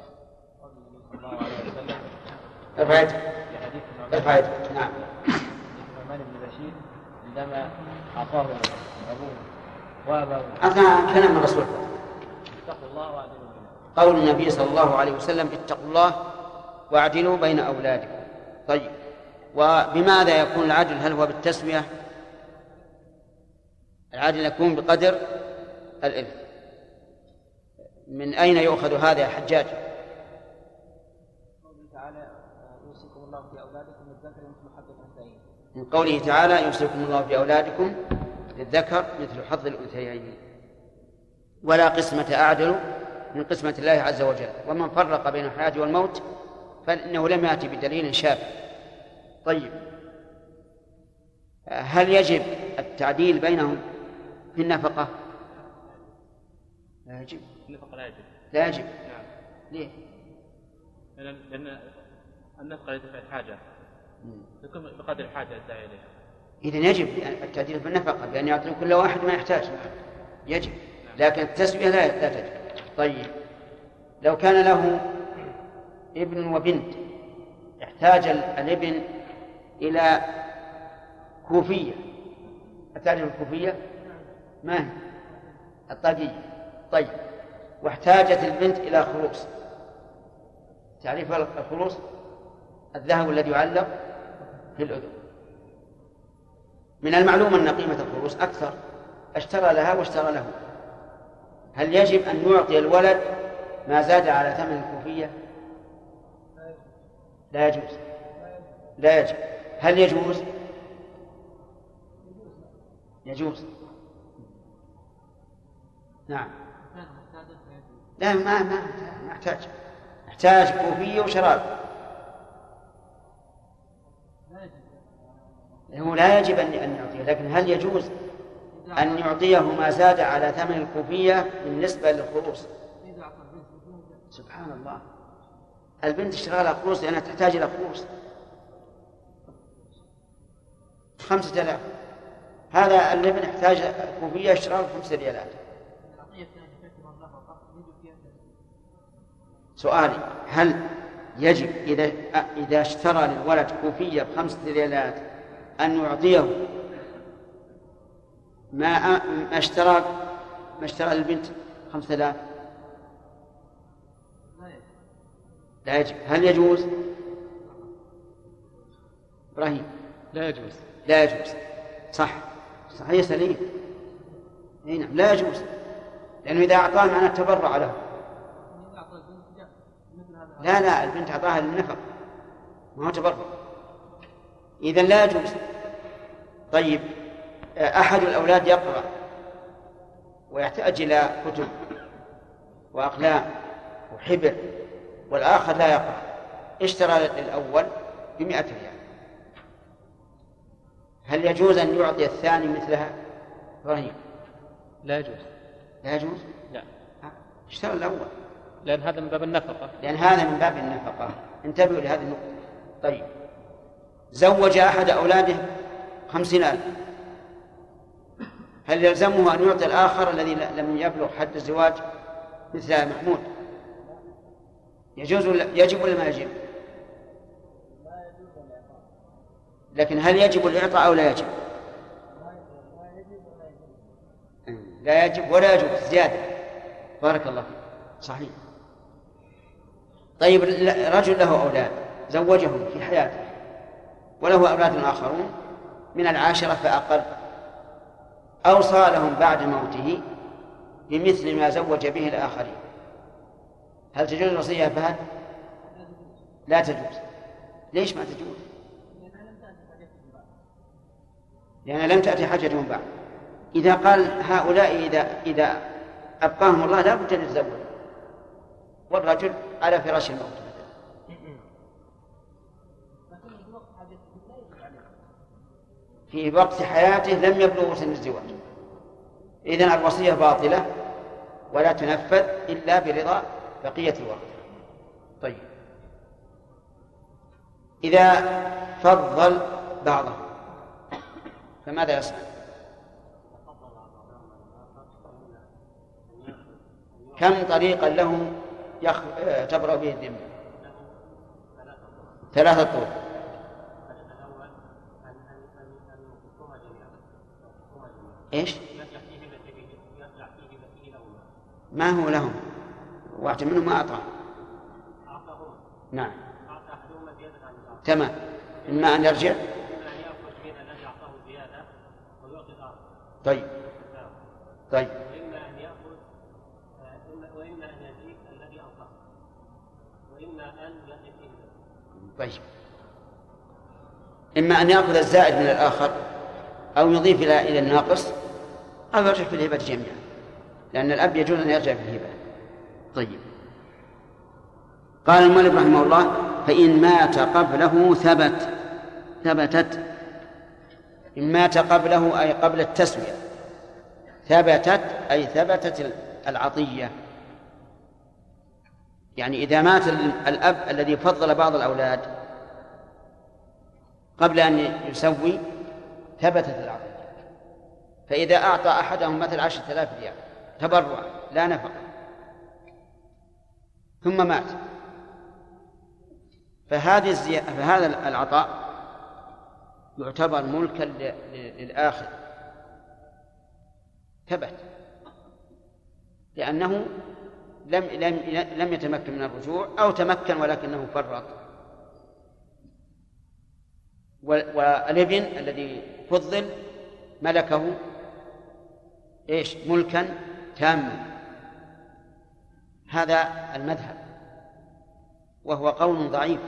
S1: الفائدة. نعم.
S12: النعمان بن بشير عندما أعطاه أبوه وأباه
S1: كلام الرسول
S12: اتقوا الله واعدلوا
S1: قول النبي صلى الله عليه وسلم اتقوا الله واعدلوا بين أولادكم. طيب، وبماذا يكون العدل؟ هل هو بالتسوية؟ العدل يكون بقدر الإلف. من أين يؤخذ هذا يا حجاج؟ من قوله تعالى يوصيكم الله في أولادكم للذكر مثل حظ الأنثيين، ولا قسمة أعدل من قسمة الله عز وجل. ومن فرق بين الحياة والموت فإنه لم يأتي بدليل شافع. طيب، هل يجب التعديل بينهم في النفقة؟ لا يجب.
S2: النفقة لا يجب.
S1: لا يجب.
S2: نعم.
S1: ليه؟
S2: لأن النفقة ليست حاجة، يكون بقدر الحاجة الداعية إليها.
S1: إذن يجب التعديل في النفقة بأن يعطي كل واحد ما يحتاج. يجب، لكن التسوية لا تجب. طيب، لو كان له ابن وبنت، احتاج الابن إلى كوفية، التعريف الكوفية ما هي؟ الطاقية. طيب، واحتاجت البنت إلى خروص، تعريف الخروص الذهب الذي يعلق في الأذن. من المعلوم أن قيمة الخروص أكثر، اشترى لها واشترى له. هل يجب أن يعطي الولد ما زاد على ثمن الكوفية؟ لا يجوز. لا يجب. هل يجوز؟ يجوز. نعم. لا، ما احتاج كوفية وشراب. هو لا يجب أن يعطيه، لكن هل يجوز أن يعطيه ما زاد على ثمن الكوفية بالنسبة للخروص؟ سبحان الله، البنت اشترى لها خروص لأنها تحتاج إلى خروص 5000. هذا الابن يحتاج كوفية اشترى 5 ريالات. سؤالي، هل يجب إذا اشترى للولد كوفية ب5 ريالات أن يعطيه ما اشترى للبنت 5000؟ لا يجب. هل يجوز؟ إبراهيم؟
S11: لا يجوز.
S1: لا يجوز. صحيح سليم. نعم، لا يجوز، لأنه إذا أعطاه معناه تبرع له. لا، البنت أعطاها للنفق، ما هو تبرع، إذن لا يجوز. طيب، أحد الأولاد يقرأ ويحتاج إلى كتب وأقلام وحبر، والآخر لا يقرأ، اشترى الأول ب100 ريال، هل يجوز أن يعطي الثاني مثلها؟ إبراهيم؟
S11: لا يجوز.
S1: لا يجوز؟
S11: لا،
S1: اشترى الأول،
S11: لأن هذا من باب النفقة.
S1: لأن هذا من باب النفقة. انتبهوا لهذه النقطة. طيب، زوج أحد أولاده 50,000، هل يلزمه أن يعطي الآخر الذي لم يبلغ حد الزواج مثل محمود؟ يجب ولا ما يجب؟ لكن هل يجب الإعطاء أو لا يجب؟ لا يجب ولا يجب زيادة. بارك الله فيك. صحيح. طيب، رجل له أولاد زوجهم في حياته وله أولاد آخرون من 10 فأقل، أوصى لهم بعد موته بمثل ما زوج به الآخرين، هل تجوز الوصية فهد؟ لا تجوز. ليش ما تجوز؟ لأن لم تأتي حاجتهم بعد. إذا قال هؤلاء إذا أبقاهم الله لا بد أن يتزوج، والرجل على فراش الموت في وقت حياته لم يبلغ سن الزواج، إذن الوصية باطلة ولا تنفذ إلا برضا بقية الوقت. طيب، إذا فضل بعضه فماذا يصنع؟ كم طريقا له تبرأ به الذمة؟ 3 طرق. إيش؟ ما هو لهم؟ واحد منهم ما أعطاه. نعم. تمام. إما أن يرجع. طيب. طيب.
S18: وإما أن يزيد الذي أعطاه وإما أن يزيد.
S1: طيب. إما أن يأخذ الزائد من الآخر أو يضيف إلى الناقص أو يرجع في الهبة جميعا، لأن الأب يجوز أن يرجع في الهبة. طيب. قال المؤلف رحمه الله: فإن مات قبله ثبتت. إن مات قبله أي قبل التسوية، ثبتت أي ثبتت العطية. يعني إذا مات الأب الذي فضل بعض الأولاد قبل أن يسوي ثبتت العطية. فإذا أعطى أحدهم مثل 10,000 ريال تبرعا لا نفقة ثم مات، فهذا العطاء يعتبر ملكا للآخر، ثبت، لأنه لم يتمكن من الرجوع أو تمكن ولكنه فرط. والابن الذي فضل ملكه إيش؟ ملكا تاما. هذا المذهب، وهو قول ضعيف،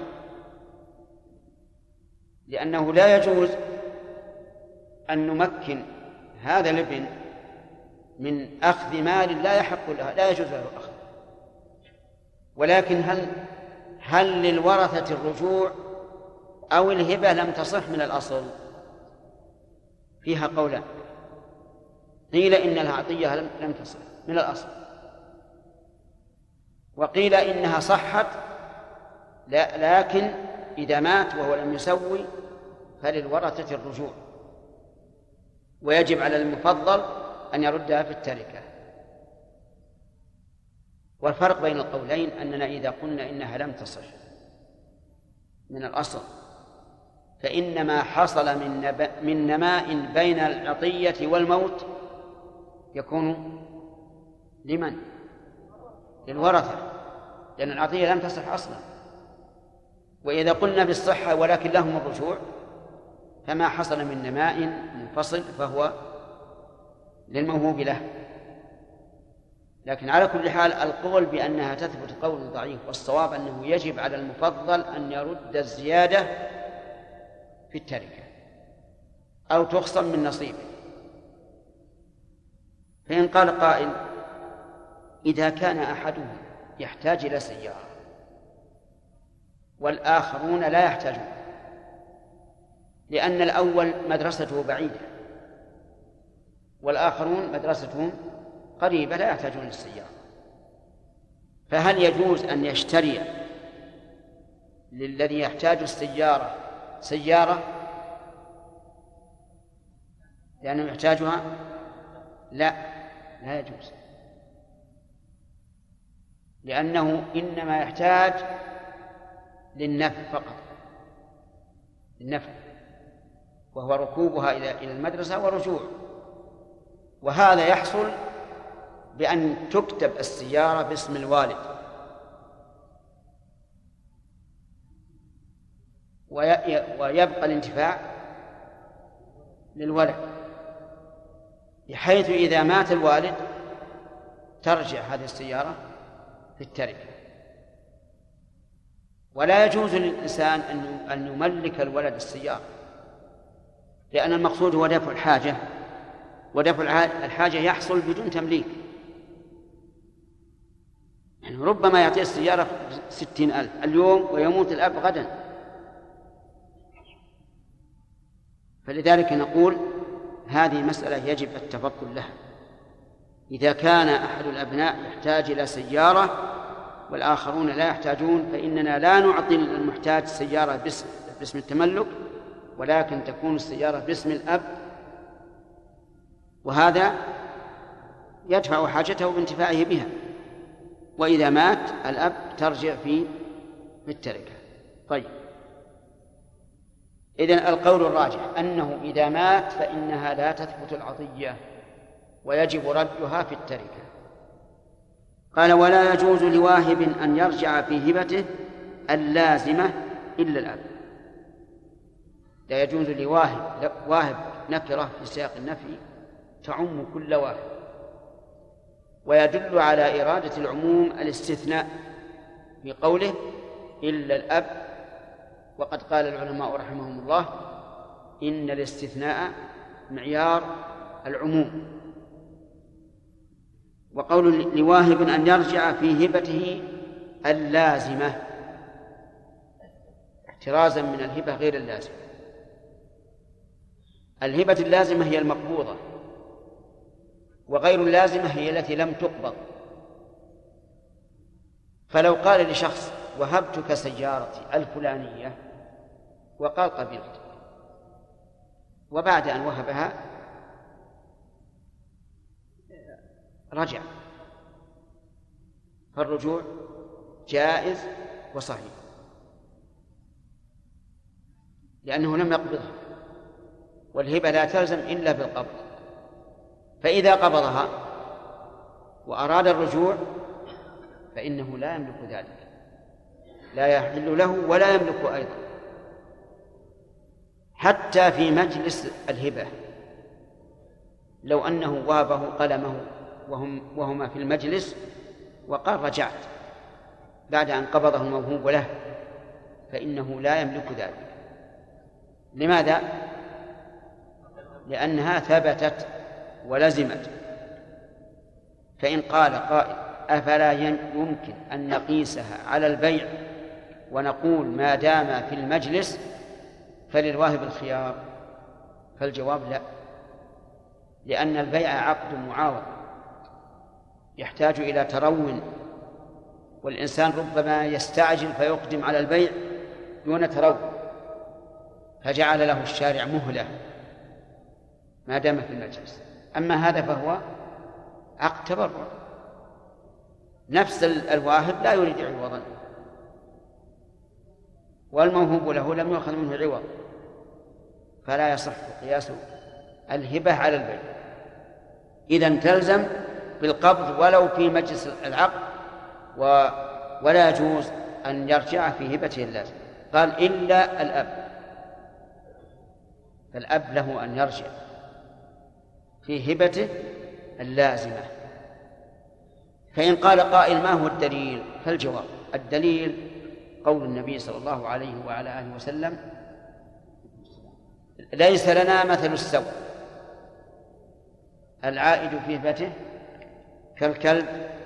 S1: لأنه لا يجوز أن نمكن هذا الابن من أخذ مال لا يحق له، لا يجوز له أخذ. ولكن هل للورثة الرجوع أو الهبة لم تصح من الأصل؟ فيها قولان. قيل إن العطية لم تصح من الأصل، وقيل إنها صحت لكن إذا مات وهو لم يسوي فللورثة الرجوع، ويجب على المفضل أن يردها في التركة. والفرق بين القولين أننا إذا قلنا إنها لم تصح من الأصل فإن ما حصل من نماء بين العطية والموت يكون لمن؟ للورثة، لأن العطية لم تصح أصلا. وإذا قلنا بالصحة ولكن لهم الرجوع فما حصل من نماء منفصل فهو للموهوب له. لكن على كل حال القول بأنها تثبت قول ضعيف، والصواب أنه يجب على المفضل أن يرد الزيادة في التركة أو تخصم من نصيبه. فإن قال قائل: إذا كان أحدهم يحتاج إلى سيارة والآخرون لا يحتاجون، لأن الأول مدرسته بعيدة والآخرون مدرستهم قريبة لا يحتاجون للسيارة، فهل يجوز أن يشتري للذي يحتاج السيارة سيارة لأنه يحتاجها؟ لا يجوز، لأنه إنما يحتاج للنفع فقط، للنفع، وهو ركوبها إلى المدرسة ورجوع. وهذا يحصل بأن تكتب السيارة باسم الوالد ويبقى الانتفاع للولد، بحيث إذا مات الوالد ترجع هذه السيارة في التركة. ولا يجوز للإنسان أن يملك الولد السيارة، لأن المقصود هو دفع الحاجة، ودفع الحاجة يحصل بدون تمليك. يعني ربما يعطي السيارة 60,000 اليوم ويموت الأب غدا. فلذلك نقول هذه مسألة يجب التفطن لها. إذا كان أحد الأبناء يحتاج إلى سيارة والآخرون لا يحتاجون فإننا لا نعطي المحتاج سيارة باسم التملك، ولكن تكون السيارة باسم الأب، وهذا يدفع حاجته بانتفاعه بها. وإذا مات الأب ترجع في التركة. طيب، إذن القول الراجح أنه إذا مات فإنها لا تثبت العطية ويجب ردها في التركة. قال: ولا يجوز لواهب أن يرجع في هبته اللازمة إلا الأب. لا يجوز لواهب، واهب نكرة في سياق النفي تعم كل واهب، ويدل على إرادة العموم الاستثناء في قوله إلا الأب. وقد قال العلماء رحمهم الله إن الاستثناء معيار العموم. وقول لواهب أن يرجع في هبته اللازمة احترازا من الهبة غير اللازمة. الهبة اللازمة هي المقبوضة، وغير اللازمة هي التي لم تقبض. فلو قال لشخص: وهبتك سيارتي الفلانية، وقال قبلت، وبعد أن وهبها رجع، فالرجوع جائز وصحيح، لأنه لم يقبضها، والهبة لا تلزم إلا بالقبض. فإذا قبضها وأراد الرجوع فإنه لا يملك ذلك، لا يحل له ولا يملك أيضا، حتى في مجلس الهبة. لو أنه وهبه قلمه وهما في المجلس وقال رجعت بعد أن قبضه الموهوب له، فإنه لا يملك ذلك. لماذا؟ لأنها ثبتت ولزمت. فإن قال قائل: أفلا يمكن أن نقيسها على البيع ونقول ما دام في المجلس فللواهب الخيار؟ فالجواب لا، لأن البيع عقد معاوض يحتاج إلى ترون، والإنسان ربما يستعجل فيقدم على البيع دون ترون، فجعل له الشارع مهلة ما دام في المجلس. أما هذا فهو عقد تبرع، نفس الواهب لا يريد عوضا، والموهوب له لم يؤخذ منه عوض، فلا يصح قياس الهبة على البيع. إذن تلزم بالقبض ولو في مجلس العقد، ولا يجوز أن يرجع في هبته اللازم. قال: إلا الأب، فالأب له أن يرجع في هبته اللازمة. فإن قال قائل: ما هو الدليل؟ فالجواب: الدليل قول النبي صلى الله عليه وعلى آله وسلم: ليس لنا مثل السوء، العائد في هبته كالكلب.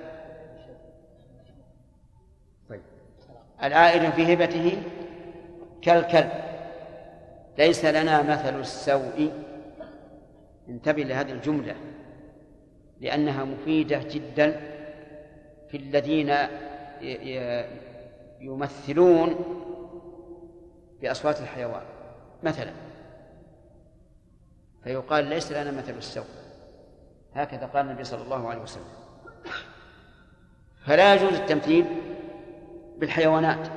S1: العائد في هبته كالكلب، ليس لنا مثل السوء. انتبه لهذه الجملة لأنها مفيدة جدا في الذين يمثلون بأصوات الحيوان مثلا، فيقال: ليس لنا مثل السوء، هكذا قال النبي صلى الله عليه وسلم. فلا يجوز التمثيل بالحيوانات.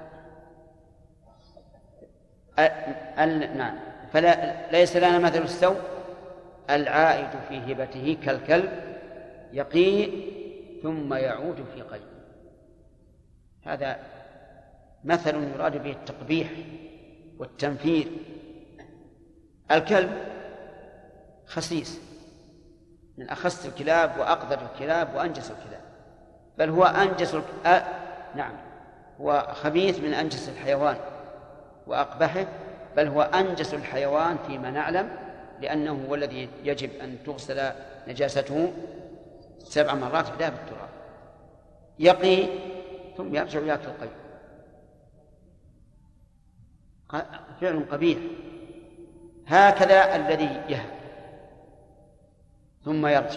S1: نعم، ليس لنا مثل السوء، العائد في هبته كالكلب يقيء ثم يعود في قيء. هذا مثل يراد به التقبيح والتنفير. الكلب خسيس، من أخس الكلاب وأقدر الكلاب وأنجس الكلاب، بل هو أنجس نعم، هو خبيث من أنجس الحيوان وأقبحه، بل هو أنجس الحيوان فيما نعلم، لأنه هو الذي يجب أن تغسل نجاسته 7 مرات بداية بالتراب، يقي ثم يرجع يأكل القيء. فعل قبيح. هكذا الذي يهب ثم يرجع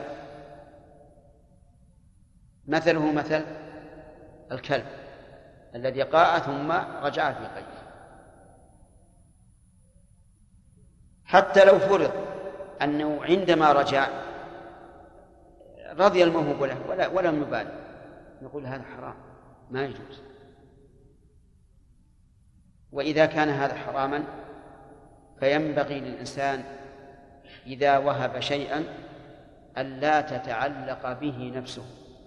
S1: مثله مثل الكلب الذي قاء ثم رجع في قيء. حتى لو فرض أنه عندما رجع رضي الموهوب له ولم يبالي، نقول هذا حرام ما يجوز. وإذا كان هذا حراما فينبغي للإنسان إذا وهب شيئا ألا تتعلق به نفسه،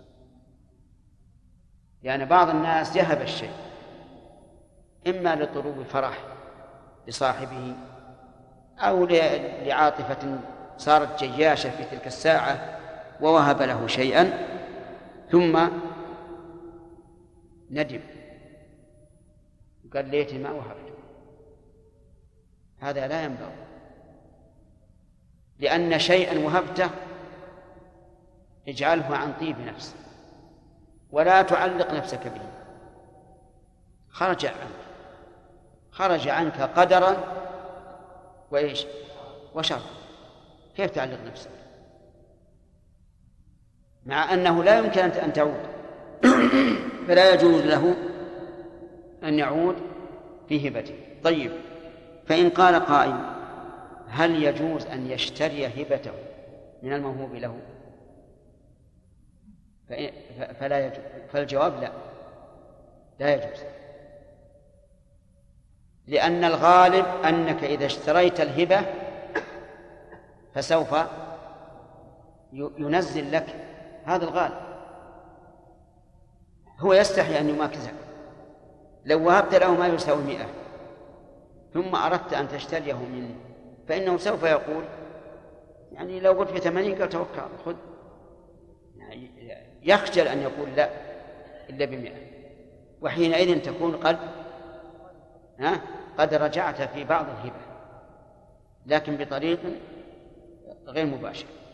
S1: يعني بعض الناس يهب الشيء إما لطلوب فرح لصاحبه أو لعاطفة صارت جياشة في تلك الساعة ووهب له شيئا ثم ندم قال ليتني ما وهبته. هذا لا ينبغي، لأن شيئا وهبته اجعله عن طيب نفس ولا تعلق نفسك به. خرج عنك قدرا وإيش وشر، كيف تعلق نفسك مع أنه لا يمكن أن تعود؟ فلا يجوز له أن يعود في هبته. طيب، فإن قال قائل هل يجوز أن يشتري هبته من الموهوب له؟ فلا يجوز. فالجواب لا يجوز، لأن الغالب أنك إذا اشتريت الهبة فسوف ينزل لك، هذا الغالب. هو يستحي أن يماكسك. لو وهبت له ما يساوي 100 ثم أردت أن تشتريه منه فإنه سوف يقول يعني لو قلت ب80 قال توكل خذ، يعني يخجل أن يقول لا إلا ب100، وحينئذ تكون قد رجعت في بعض الهبة لكن بطريق غير مباشر.